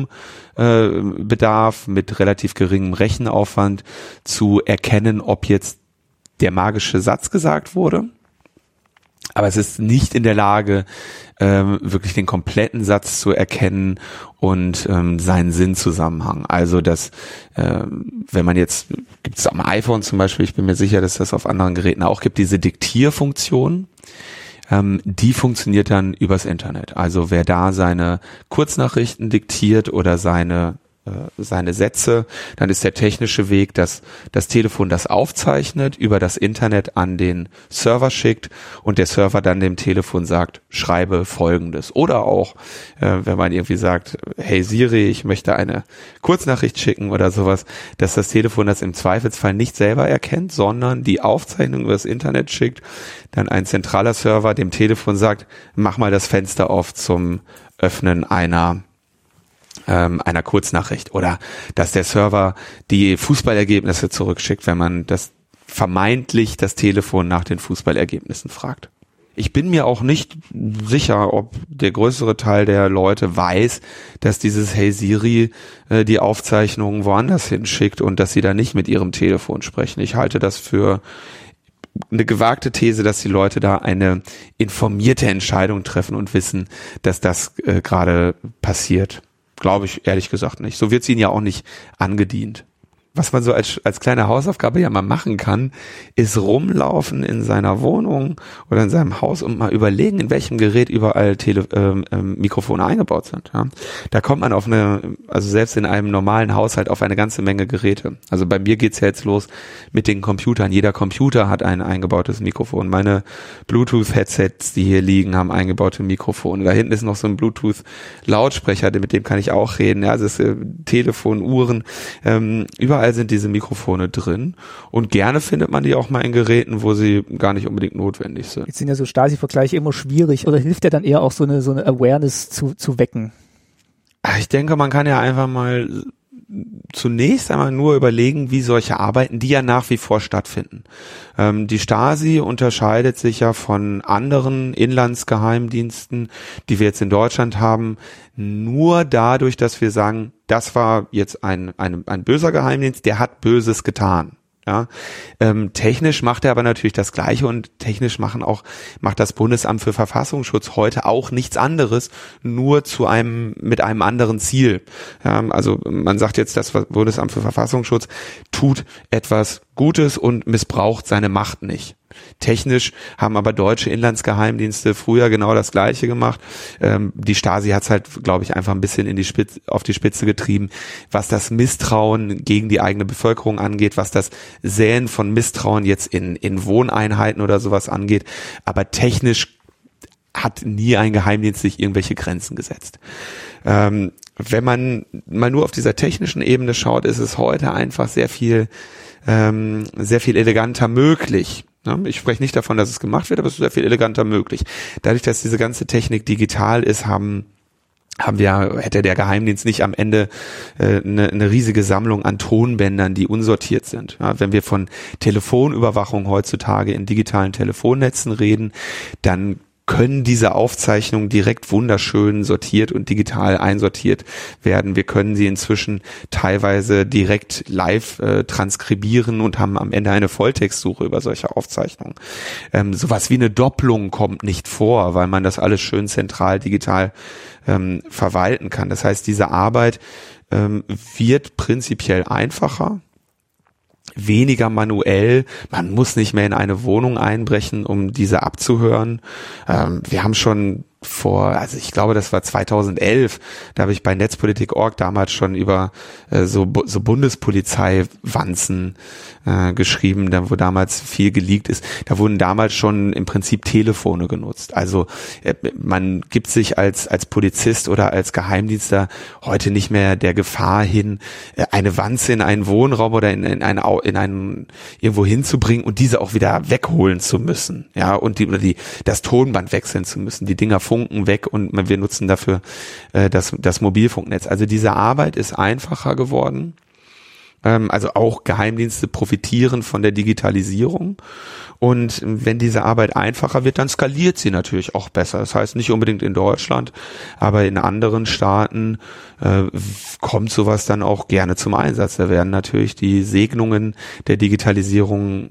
Strombedarf, mit relativ geringem Rechenaufwand zu erkennen, ob jetzt der magische Satz gesagt wurde. Aber es ist nicht in der Lage, wirklich den kompletten Satz zu erkennen und seinen Sinnzusammenhang. Also wenn man jetzt, gibt es am iPhone zum Beispiel, ich bin mir sicher, dass das auf anderen Geräten auch gibt, diese Diktierfunktion, die funktioniert dann übers Internet. Also wer da seine Kurznachrichten diktiert oder seine Sätze, dann ist der technische Weg, dass das Telefon das aufzeichnet, über das Internet an den Server schickt und der Server dann dem Telefon sagt, schreibe Folgendes. Oder auch, wenn man irgendwie sagt, hey Siri, ich möchte eine Kurznachricht schicken oder sowas, dass das Telefon das im Zweifelsfall nicht selber erkennt, sondern die Aufzeichnung über das Internet schickt, dann ein zentraler Server dem Telefon sagt, mach mal das Fenster auf zum Öffnen einer Kurznachricht, oder dass der Server die Fußballergebnisse zurückschickt, wenn man das Telefon nach den Fußballergebnissen fragt. Ich bin mir auch nicht sicher, ob der größere Teil der Leute weiß, dass dieses Hey Siri die Aufzeichnungen woanders hinschickt und dass sie da nicht mit ihrem Telefon sprechen. Ich halte das für eine gewagte These, dass die Leute da eine informierte Entscheidung treffen und wissen, dass das gerade passiert. Glaube ich ehrlich gesagt nicht. So wird es ihnen ja auch nicht angedient. Was man so als kleine Hausaufgabe ja mal machen kann, ist rumlaufen in seiner Wohnung oder in seinem Haus und mal überlegen, in welchem Gerät überall Mikrofone eingebaut sind. Ja. Da kommt man also selbst in einem normalen Haushalt auf eine ganze Menge Geräte. Also bei mir geht's ja jetzt los mit den Computern. Jeder Computer hat ein eingebautes Mikrofon. Meine Bluetooth-Headsets, die hier liegen, haben eingebaute Mikrofone. Da hinten ist noch so ein Bluetooth-Lautsprecher, mit dem kann ich auch reden. Ja, also das Telefon, Uhren, überall sind diese Mikrofone drin, und gerne findet man die auch mal in Geräten, wo sie gar nicht unbedingt notwendig sind. Jetzt sind ja so Stasi-Vergleiche immer schwierig, oder hilft ja dann eher auch so eine Awareness zu wecken? Ich denke, man kann ja einfach mal zunächst einmal nur überlegen, wie solche Arbeiten, die ja nach wie vor stattfinden. Die Stasi unterscheidet sich ja von anderen Inlandsgeheimdiensten, die wir jetzt in Deutschland haben, nur dadurch, dass wir sagen, das war jetzt ein böser Geheimdienst, der hat Böses getan. Ja, technisch macht er aber natürlich das Gleiche, und technisch macht das Bundesamt für Verfassungsschutz heute auch nichts anderes, nur mit einem anderen Ziel. Ja, also man sagt jetzt, das Bundesamt für Verfassungsschutz tut etwas Gutes und missbraucht seine Macht nicht. Technisch haben aber deutsche Inlandsgeheimdienste früher genau das Gleiche gemacht. Die Stasi hat es halt, glaube ich, einfach ein bisschen auf die Spitze getrieben, was das Misstrauen gegen die eigene Bevölkerung angeht, was das Säen von Misstrauen jetzt in Wohneinheiten oder sowas angeht. Aber technisch hat nie ein Geheimdienst sich irgendwelche Grenzen gesetzt. Wenn man mal nur auf dieser technischen Ebene schaut, ist es heute einfach sehr viel eleganter möglich. Ich spreche nicht davon, dass es gemacht wird, aber es ist sehr viel eleganter möglich. Dadurch, dass diese ganze Technik digital ist, hätte der Geheimdienst nicht am Ende eine riesige Sammlung an Tonbändern, die unsortiert sind. Ja, wenn wir von Telefonüberwachung heutzutage in digitalen Telefonnetzen reden, dann können diese Aufzeichnungen direkt wunderschön sortiert und digital einsortiert werden. Wir können sie inzwischen teilweise direkt live transkribieren und haben am Ende eine Volltextsuche über solche Aufzeichnungen. Sowas wie eine Doppelung kommt nicht vor, weil man das alles schön zentral digital verwalten kann. Das heißt, diese Arbeit wird prinzipiell einfacher, weniger manuell. Man muss nicht mehr in eine Wohnung einbrechen, um diese abzuhören. Wir haben schon ich glaube, das war 2011, da habe ich bei Netzpolitik.org damals schon über so Bundespolizeiwanzen geschrieben, wo damals viel geleakt ist. Da wurden damals schon im Prinzip Telefone genutzt. Also man gibt sich als Polizist oder als Geheimdienstler heute nicht mehr der Gefahr hin, eine Wanze in einen Wohnraum oder in einen irgendwo hinzubringen und diese auch wieder wegholen zu müssen. Ja, und das Tonband wechseln zu müssen. Die Dinger funken weg und wir nutzen dafür das Mobilfunknetz. Also diese Arbeit ist einfacher geworden. Also auch Geheimdienste profitieren von der Digitalisierung. Und wenn diese Arbeit einfacher wird, dann skaliert sie natürlich auch besser. Das heißt nicht unbedingt in Deutschland, aber in anderen Staaten kommt sowas dann auch gerne zum Einsatz. Da werden natürlich die Segnungen der Digitalisierung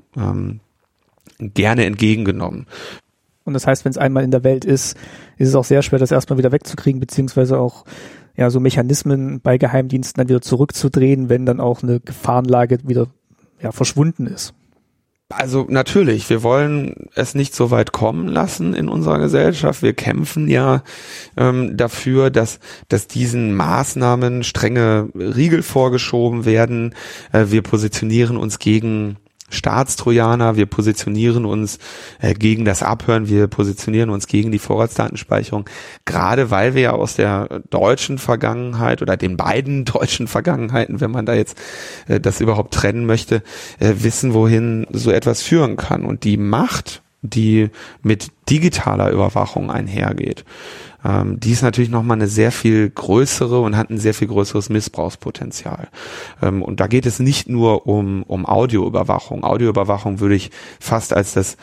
gerne entgegengenommen. Und das heißt, wenn es einmal in der Welt ist es auch sehr schwer, das erstmal wieder wegzukriegen, beziehungsweise auch so Mechanismen bei Geheimdiensten dann wieder zurückzudrehen, wenn dann auch eine Gefahrenlage wieder verschwunden ist. Also natürlich, wir wollen es nicht so weit kommen lassen in unserer Gesellschaft. Wir kämpfen ja dafür, dass diesen Maßnahmen strenge Riegel vorgeschoben werden. Wir positionieren uns gegen Staatstrojaner, wir positionieren uns gegen das Abhören, wir positionieren uns gegen die Vorratsdatenspeicherung, gerade weil wir ja aus der deutschen Vergangenheit oder den beiden deutschen Vergangenheiten, wenn man da jetzt das überhaupt trennen möchte, wissen, wohin so etwas führen kann. Und die Macht, die mit digitaler Überwachung einhergeht, die ist natürlich nochmal eine sehr viel größere und hat ein sehr viel größeres Missbrauchspotenzial. Und da geht es nicht nur um Audioüberwachung. Audioüberwachung würde ich fast als das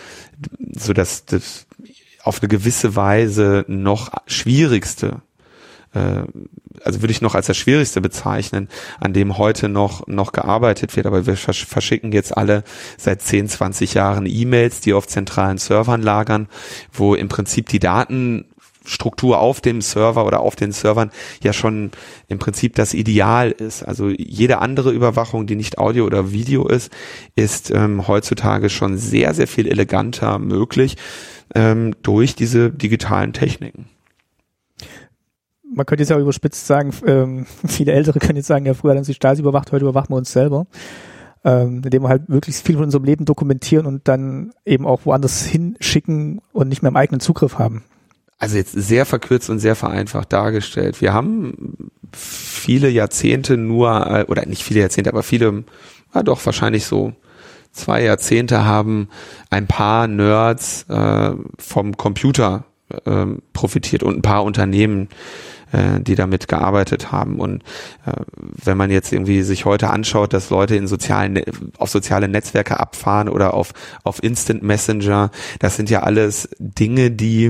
auf eine gewisse Weise noch schwierigste, also würde ich noch als das Schwierigste bezeichnen, an dem heute noch gearbeitet wird. Aber wir verschicken jetzt alle seit 10, 20 Jahren E-Mails, die auf zentralen Servern lagern, wo im Prinzip die Datenstruktur auf dem Server oder auf den Servern ja schon im Prinzip das Ideal ist. Also jede andere Überwachung, die nicht Audio oder Video ist heutzutage schon sehr, sehr viel eleganter möglich durch diese digitalen Techniken. Man könnte jetzt ja auch überspitzt sagen, viele Ältere können jetzt sagen, ja, früher haben sie Stasi überwacht, heute überwachen wir uns selber. Indem wir halt möglichst viel von unserem Leben dokumentieren und dann eben auch woanders hinschicken und nicht mehr im eigenen Zugriff haben. Also jetzt sehr verkürzt und sehr vereinfacht dargestellt. Wir haben viele Jahrzehnte oder nicht viele Jahrzehnte, aber viele, doch wahrscheinlich so 2 Jahrzehnte haben ein paar Nerds vom Computer profitiert und ein paar Unternehmen, die damit gearbeitet haben. Und wenn man jetzt irgendwie sich heute anschaut, dass Leute auf soziale Netzwerke abfahren oder auf Instant Messenger, das sind ja alles Dinge, die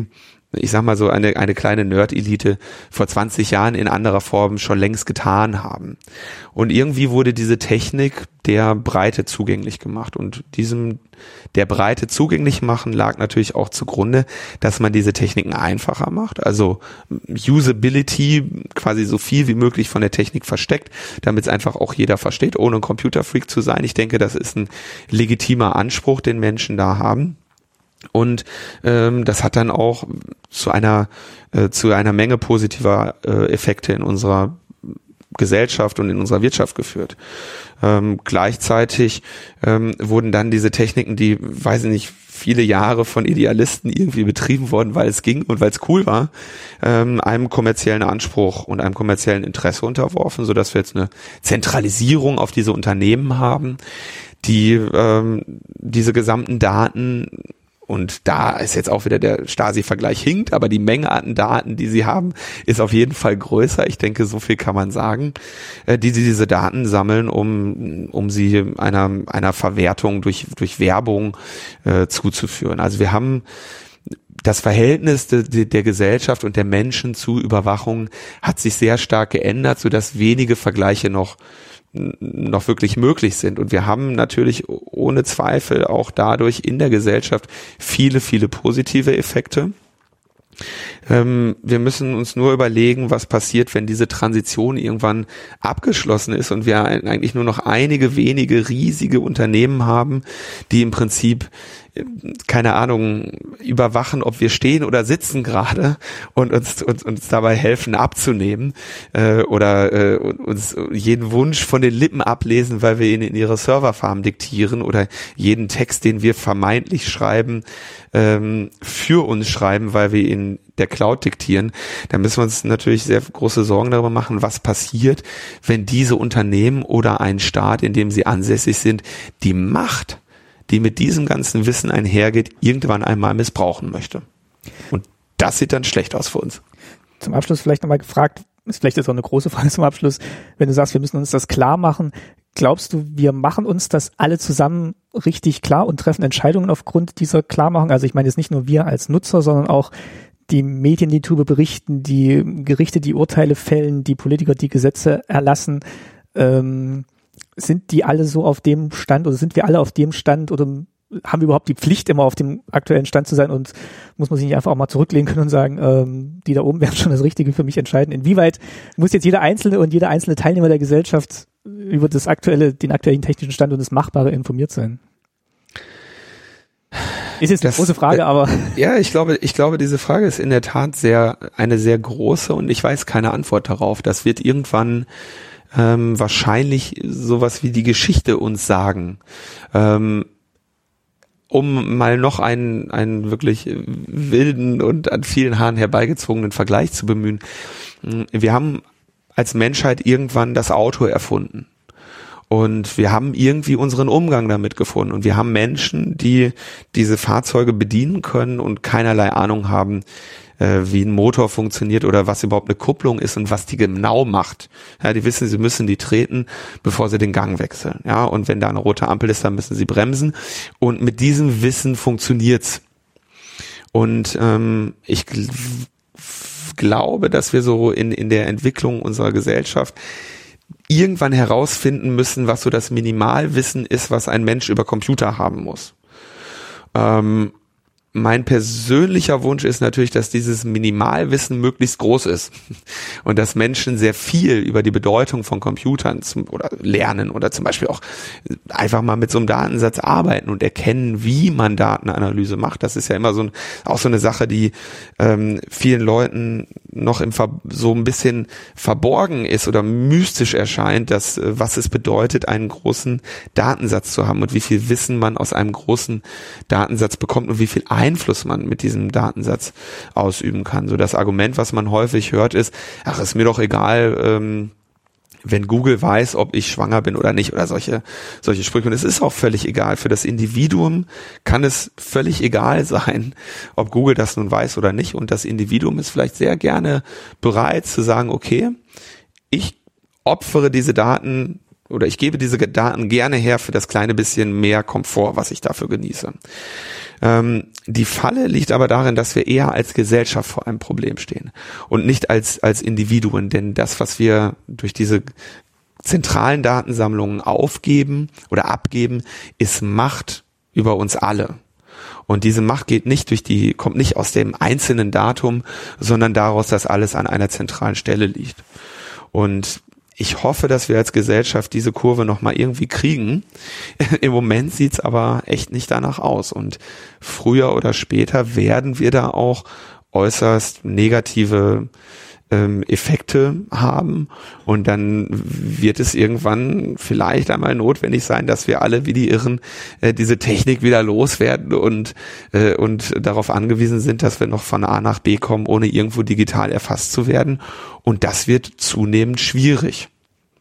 ich sag mal so eine kleine Nerd-Elite vor 20 Jahren in anderer Form schon längst getan haben. Und irgendwie wurde diese Technik der Breite zugänglich gemacht. Und der Breite zugänglich machen lag natürlich auch zugrunde, dass man diese Techniken einfacher macht. Also Usability, quasi so viel wie möglich von der Technik versteckt, damit es einfach auch jeder versteht, ohne ein Computerfreak zu sein. Ich denke, das ist ein legitimer Anspruch, den Menschen da haben. Und das hat dann auch zu einer Menge positiver Effekte in unserer Gesellschaft und in unserer Wirtschaft geführt. Gleichzeitig wurden dann diese Techniken, die, weiß ich nicht, viele Jahre von Idealisten irgendwie betrieben worden, weil es ging und weil es cool war, einem kommerziellen Anspruch und einem kommerziellen Interesse unterworfen, sodass wir jetzt eine Zentralisierung auf diese Unternehmen haben, die diese gesamten Daten, und da ist jetzt auch wieder der Stasi-Vergleich hinkt, aber die Menge an Daten, die sie haben, ist auf jeden Fall größer. Ich denke, so viel kann man sagen, die sie diese Daten sammeln, um sie einer Verwertung durch Werbung zuzuführen. Also wir haben das Verhältnis der Gesellschaft und der Menschen zu Überwachung hat sich sehr stark geändert, sodass wenige Vergleiche noch wirklich möglich sind. Und wir haben natürlich ohne Zweifel auch dadurch in der Gesellschaft viele, viele positive Effekte. Wir müssen uns nur überlegen, was passiert, wenn diese Transition irgendwann abgeschlossen ist und wir eigentlich nur noch einige wenige riesige Unternehmen haben, die im Prinzip, keine Ahnung, überwachen, ob wir stehen oder sitzen gerade und uns dabei helfen abzunehmen oder uns jeden Wunsch von den Lippen ablesen, weil wir ihn in ihre Serverfarm diktieren oder jeden Text, den wir vermeintlich schreiben, für uns schreiben, weil wir ihn der Cloud diktieren. Da müssen wir uns natürlich sehr große Sorgen darüber machen, was passiert, wenn diese Unternehmen oder ein Staat, in dem sie ansässig sind, die Macht, die mit diesem ganzen Wissen einhergeht, irgendwann einmal missbrauchen möchte. Und das sieht dann schlecht aus für uns. Zum Abschluss vielleicht nochmal gefragt, ist vielleicht jetzt auch eine große Frage zum Abschluss, wenn du sagst, wir müssen uns das klar machen, glaubst du, wir machen uns das alle zusammen richtig klar und treffen Entscheidungen aufgrund dieser Klarmachung? Also ich meine jetzt nicht nur wir als Nutzer, sondern auch die Medien, die darüber berichten, die Gerichte, die Urteile fällen, die Politiker, die Gesetze erlassen, sind die alle so auf dem Stand oder sind wir alle auf dem Stand oder haben wir überhaupt die Pflicht, immer auf dem aktuellen Stand zu sein und muss man sich nicht einfach auch mal zurücklehnen können und sagen, die da oben werden schon das Richtige für mich entscheiden? Inwieweit muss jetzt jeder Einzelne und jeder einzelne Teilnehmer der Gesellschaft über den aktuellen technischen Stand und das Machbare informiert sein? Ist jetzt eine große Frage, aber... Ja, ich glaube, diese Frage ist in der Tat eine sehr große und ich weiß keine Antwort darauf. Das wird irgendwann wahrscheinlich sowas wie die Geschichte uns sagen. Um mal noch einen wirklich wilden und an vielen Haaren herbeigezogenen Vergleich zu bemühen. Wir haben als Menschheit irgendwann das Auto erfunden. Und wir haben irgendwie unseren Umgang damit gefunden. Und wir haben Menschen, die diese Fahrzeuge bedienen können und keinerlei Ahnung haben, wie ein Motor funktioniert oder was überhaupt eine Kupplung ist und was die genau macht. Ja, die wissen, sie müssen die treten, bevor sie den Gang wechseln. Ja, und wenn da eine rote Ampel ist, dann müssen sie bremsen. Und mit diesem Wissen funktioniert's. Und ich glaube, dass wir so in der Entwicklung unserer Gesellschaft irgendwann herausfinden müssen, was so das Minimalwissen ist, was ein Mensch über Computer haben muss. Mein persönlicher Wunsch ist natürlich, dass dieses Minimalwissen möglichst groß ist und dass Menschen sehr viel über die Bedeutung von Computern oder lernen oder zum Beispiel auch einfach mal mit so einem Datensatz arbeiten und erkennen, wie man Datenanalyse macht. Das ist ja immer auch so eine Sache, die vielen Leuten noch so ein bisschen verborgen ist oder mystisch erscheint, was es bedeutet, einen großen Datensatz zu haben und wie viel Wissen man aus einem großen Datensatz bekommt und wie viel Einfluss man mit diesem Datensatz ausüben kann. So das Argument, was man häufig hört, ist, ach, ist mir doch egal, wenn Google weiß, ob ich schwanger bin oder nicht oder solche Sprüche. Und es ist auch völlig egal. Für das Individuum kann es völlig egal sein, ob Google das nun weiß oder nicht. Und das Individuum ist vielleicht sehr gerne bereit zu sagen, okay, ich opfere diese Daten oder ich gebe diese Daten gerne her für das kleine bisschen mehr Komfort, was ich dafür genieße. Die Falle liegt aber darin, dass wir eher als Gesellschaft vor einem Problem stehen und nicht als Individuen, denn das, was wir durch diese zentralen Datensammlungen aufgeben oder abgeben, ist Macht über uns alle. Und diese Macht kommt nicht aus dem einzelnen Datum, sondern daraus, dass alles an einer zentralen Stelle liegt. Und ich hoffe, dass wir als Gesellschaft diese Kurve nochmal irgendwie kriegen. Im Moment sieht's aber echt nicht danach aus. Und früher oder später werden wir da auch äußerst negative Effekte haben. Und dann wird es irgendwann vielleicht einmal notwendig sein, dass wir alle wie die Irren diese Technik wieder loswerden und darauf angewiesen sind, dass wir noch von A nach B kommen, ohne irgendwo digital erfasst zu werden. Und das wird zunehmend schwierig.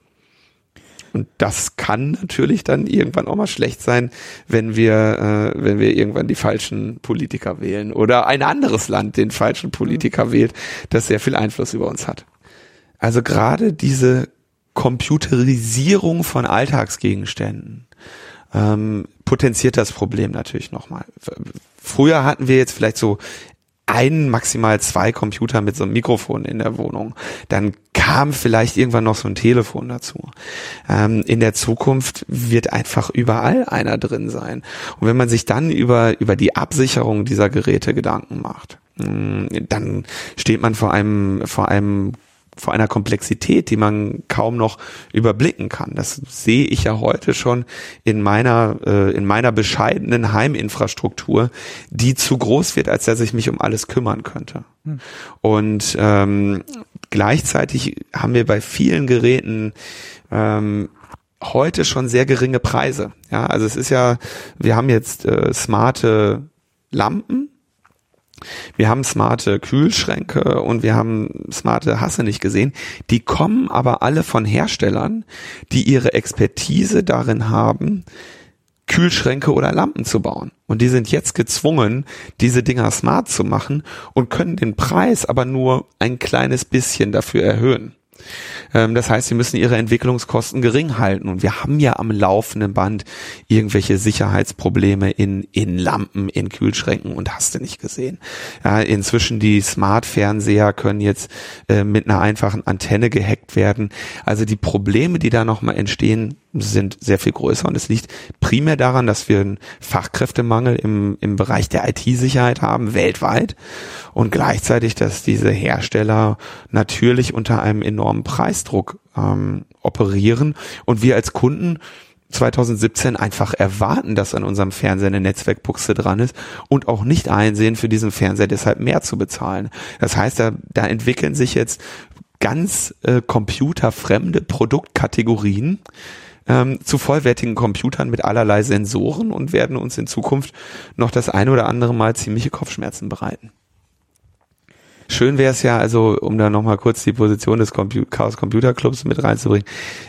Und das kann natürlich dann irgendwann auch mal schlecht sein, wenn wir irgendwann die falschen Politiker wählen oder ein anderes Land den falschen Politiker wählt, das sehr viel Einfluss über uns hat. Also gerade diese Computerisierung von Alltagsgegenständen potenziert das Problem natürlich nochmal. Früher hatten wir jetzt vielleicht so maximal 2 Computer mit so einem Mikrofon in der Wohnung. Dann kam vielleicht irgendwann noch so ein Telefon dazu. In der Zukunft wird einfach überall einer drin sein. Und wenn man sich dann über die Absicherung dieser Geräte Gedanken macht, dann steht man vor einer Komplexität, die man kaum noch überblicken kann. Das sehe ich ja heute schon in meiner bescheidenen Heiminfrastruktur, die zu groß wird, als dass ich mich um alles kümmern könnte. Und gleichzeitig haben wir bei vielen Geräten heute schon sehr geringe Preise. Ja, also wir haben jetzt smarte Lampen. Wir haben smarte Kühlschränke und wir haben smarte, hast du nicht gesehen, die kommen aber alle von Herstellern, die ihre Expertise darin haben, Kühlschränke oder Lampen zu bauen. Und die sind jetzt gezwungen, diese Dinger smart zu machen und können den Preis aber nur ein kleines bisschen dafür erhöhen. Das heißt, sie müssen ihre Entwicklungskosten gering halten. Und wir haben ja am laufenden Band irgendwelche Sicherheitsprobleme in Lampen, in Kühlschränken und hast du nicht gesehen. Ja, inzwischen die Smart-Fernseher können jetzt mit einer einfachen Antenne gehackt werden. Also die Probleme, die da nochmal entstehen, sind sehr viel größer. Und es liegt primär daran, dass wir einen Fachkräftemangel im Bereich der IT-Sicherheit haben, weltweit. Und gleichzeitig, dass diese Hersteller natürlich unter einem enormen Preisdruck operieren und wir als Kunden 2017 einfach erwarten, dass an unserem Fernseher eine Netzwerkbuchse dran ist und auch nicht einsehen, für diesen Fernseher deshalb mehr zu bezahlen. Das heißt, da entwickeln sich jetzt ganz computerfremde Produktkategorien zu vollwertigen Computern mit allerlei Sensoren und werden uns in Zukunft noch das ein oder andere Mal ziemliche Kopfschmerzen bereiten. Schön wäre es ja, also um da nochmal kurz die Position des Chaos Computer Clubs mit reinzubringen,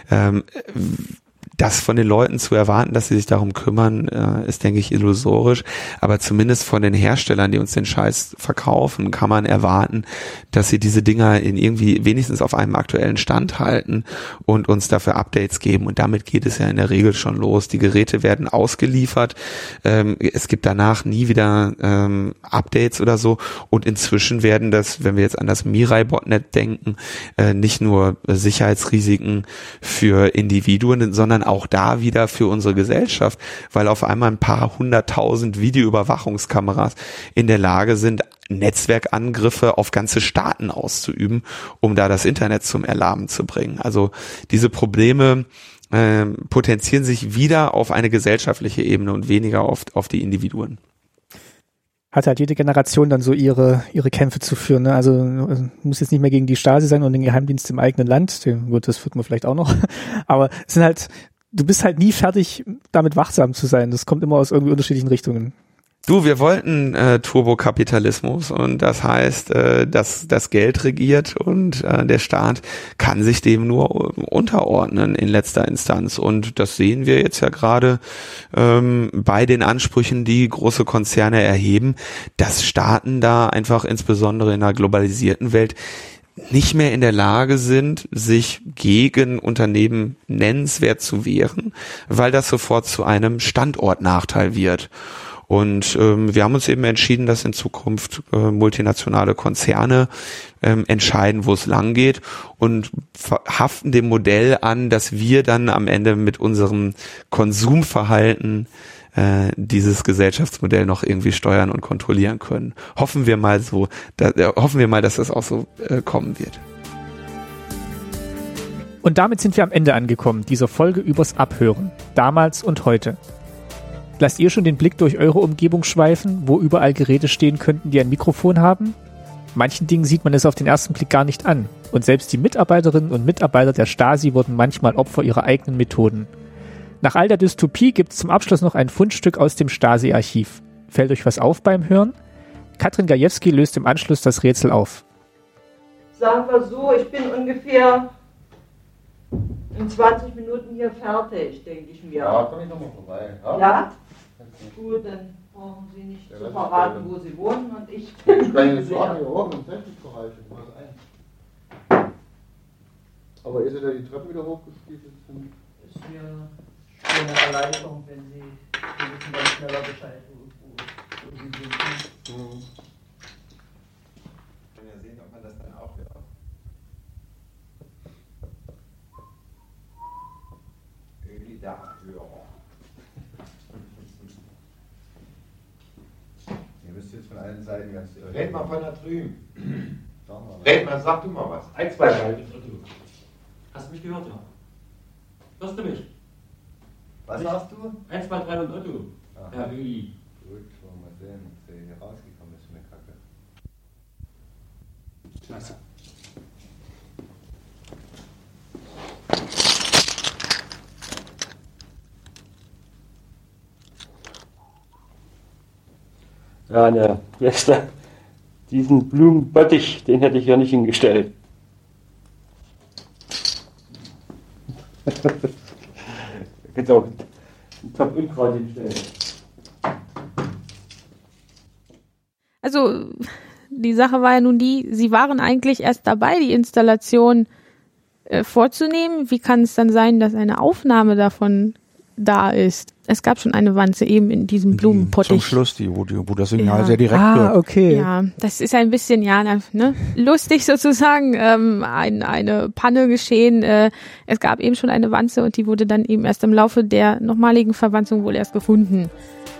das von den Leuten zu erwarten, dass sie sich darum kümmern, ist, denke ich, illusorisch. Aber zumindest von den Herstellern, die uns den Scheiß verkaufen, kann man erwarten, dass sie diese Dinger irgendwie wenigstens auf einem aktuellen Stand halten und uns dafür Updates geben. Und damit geht es ja in der Regel schon los. Die Geräte werden ausgeliefert. Es gibt danach nie wieder Updates oder so. Und inzwischen werden das, wenn wir jetzt an das Mirai-Botnet denken, nicht nur Sicherheitsrisiken für Individuen, sondern auch da wieder für unsere Gesellschaft, weil auf einmal ein paar 100.000 Videoüberwachungskameras in der Lage sind, Netzwerkangriffe auf ganze Staaten auszuüben, um da das Internet zum Erlahmen zu bringen. Also diese Probleme potenzieren sich wieder auf eine gesellschaftliche Ebene und weniger auf die Individuen. Hat halt jede Generation dann so ihre Kämpfe zu führen. Ne? Also muss jetzt nicht mehr gegen die Stasi sein und den Geheimdienst im eigenen Land. Gut, das führt man vielleicht auch noch. Aber es sind halt, du bist halt nie fertig, damit wachsam zu sein. Das kommt immer aus irgendwie unterschiedlichen Richtungen. Du, wir wollten Turbokapitalismus und das heißt, dass das Geld regiert und der Staat kann sich dem nur unterordnen in letzter Instanz. Und das sehen wir jetzt ja gerade bei den Ansprüchen, die große Konzerne erheben, dass Staaten da einfach insbesondere in einer globalisierten Welt nicht mehr in der Lage sind, sich gegen Unternehmen nennenswert zu wehren, weil das sofort zu einem Standortnachteil wird. Und wir haben uns eben entschieden, dass in Zukunft multinationale Konzerne entscheiden, wo es lang geht und haften dem Modell an, dass wir dann am Ende mit unserem Konsumverhalten dieses Gesellschaftsmodell noch irgendwie steuern und kontrollieren können. Hoffen wir mal, dass das auch so kommen wird. Und damit sind wir am Ende angekommen, dieser Folge übers Abhören, damals und heute. Lasst ihr schon den Blick durch eure Umgebung schweifen, wo überall Geräte stehen könnten, die ein Mikrofon haben? Manchen Dingen sieht man es auf den ersten Blick gar nicht an. Und selbst die Mitarbeiterinnen und Mitarbeiter der Stasi wurden manchmal Opfer ihrer eigenen Methoden. Nach all der Dystopie gibt es zum Abschluss noch ein Fundstück aus dem Stasi-Archiv. Fällt euch was auf beim Hören? Katrin Gajewski löst im Anschluss das Rätsel auf. Sagen wir so, ich bin ungefähr in 20 Minuten hier fertig, denke ich mir. Ja, komm ich nochmal vorbei. Ja? Gut, dann brauchen Sie nicht zu verraten, wo Sie wohnen und ich bin Ich kann jetzt sagen, hier oben im Technikbereich. Aber ist ja die Treppe wieder hochgestiefelt? Ist mir schon eine Erleichterung, wenn Sie wissen dann schneller Bescheid, wo Sie sind. Wir können ja sehen, ob man das dann auch hört. Öli-Dachhörer. Ihr müsst jetzt von allen Seiten ganz... Red mal von da drüben. Red mal, sag du mal was. 1, 2, 3 und Otto. Hast du mich gehört, ja? Hörst du mich? Was sagst du? 1, 2, 3 und Otto. Aha. Herr Öli. Gut, wollen wir mal sehen, ob der hier rausgekommen ist von der Kacke. Klasse. Ja, ne, Beste. Diesen Blumenbottich, den hätte ich ja nicht hingestellt. Da kannst du auch einen Top-Unkraut hinstellen. Also, die Sache war ja nun die, sie waren eigentlich erst dabei, die Installation vorzunehmen. Wie kann es dann sein, dass eine Aufnahme davon da ist? Es gab schon eine Wanze eben in diesem Blumenpottich. Zum Schluss, wo das Signal sehr direkt wird. Okay. Ja, das ist ein bisschen, lustig sozusagen, eine Panne geschehen. Es gab eben schon eine Wanze und die wurde dann eben erst im Laufe der nochmaligen Verwanzung wohl erst gefunden.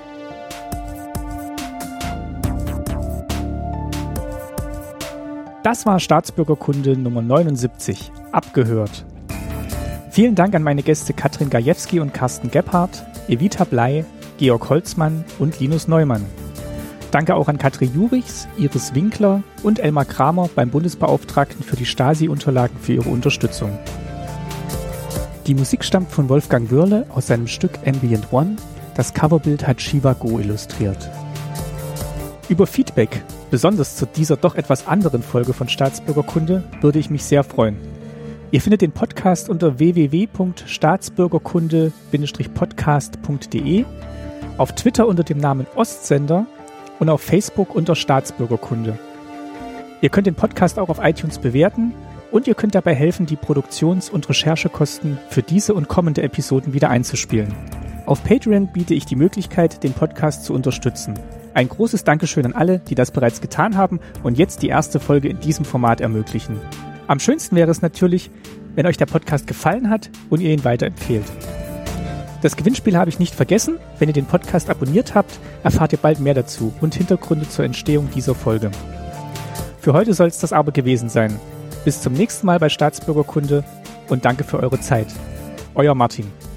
Das war Staatsbürgerkunde Nummer 79, abgehört. Vielen Dank an meine Gäste Katrin Gajewski und Carsten Gebhardt, Evita Bley, Georg Holzmann und Linus Neumann. Danke auch an Katrin Jurichs, Iris Winkler und Elmar Kramer beim Bundesbeauftragten für die Stasi-Unterlagen für ihre Unterstützung. Die Musik stammt von Wolfgang Wörle aus seinem Stück Ambient One. Das Coverbild hat Shiva Go illustriert. Über Feedback, besonders zu dieser doch etwas anderen Folge von Staatsbürgerkunde, würde ich mich sehr freuen. Ihr findet den Podcast unter www.staatsbürgerkunde-podcast.de, auf Twitter unter dem Namen Ostsender und auf Facebook unter Staatsbürgerkunde. Ihr könnt den Podcast auch auf iTunes bewerten und ihr könnt dabei helfen, die Produktions- und Recherchekosten für diese und kommende Episoden wieder einzuspielen. Auf Patreon biete ich die Möglichkeit, den Podcast zu unterstützen. Ein großes Dankeschön an alle, die das bereits getan haben und jetzt die erste Folge in diesem Format ermöglichen. Am schönsten wäre es natürlich, wenn euch der Podcast gefallen hat und ihr ihn weiterempfehlt. Das Gewinnspiel habe ich nicht vergessen. Wenn ihr den Podcast abonniert habt, erfahrt ihr bald mehr dazu und Hintergründe zur Entstehung dieser Folge. Für heute soll es das aber gewesen sein. Bis zum nächsten Mal bei Staatsbürgerkunde und danke für eure Zeit. Euer Martin.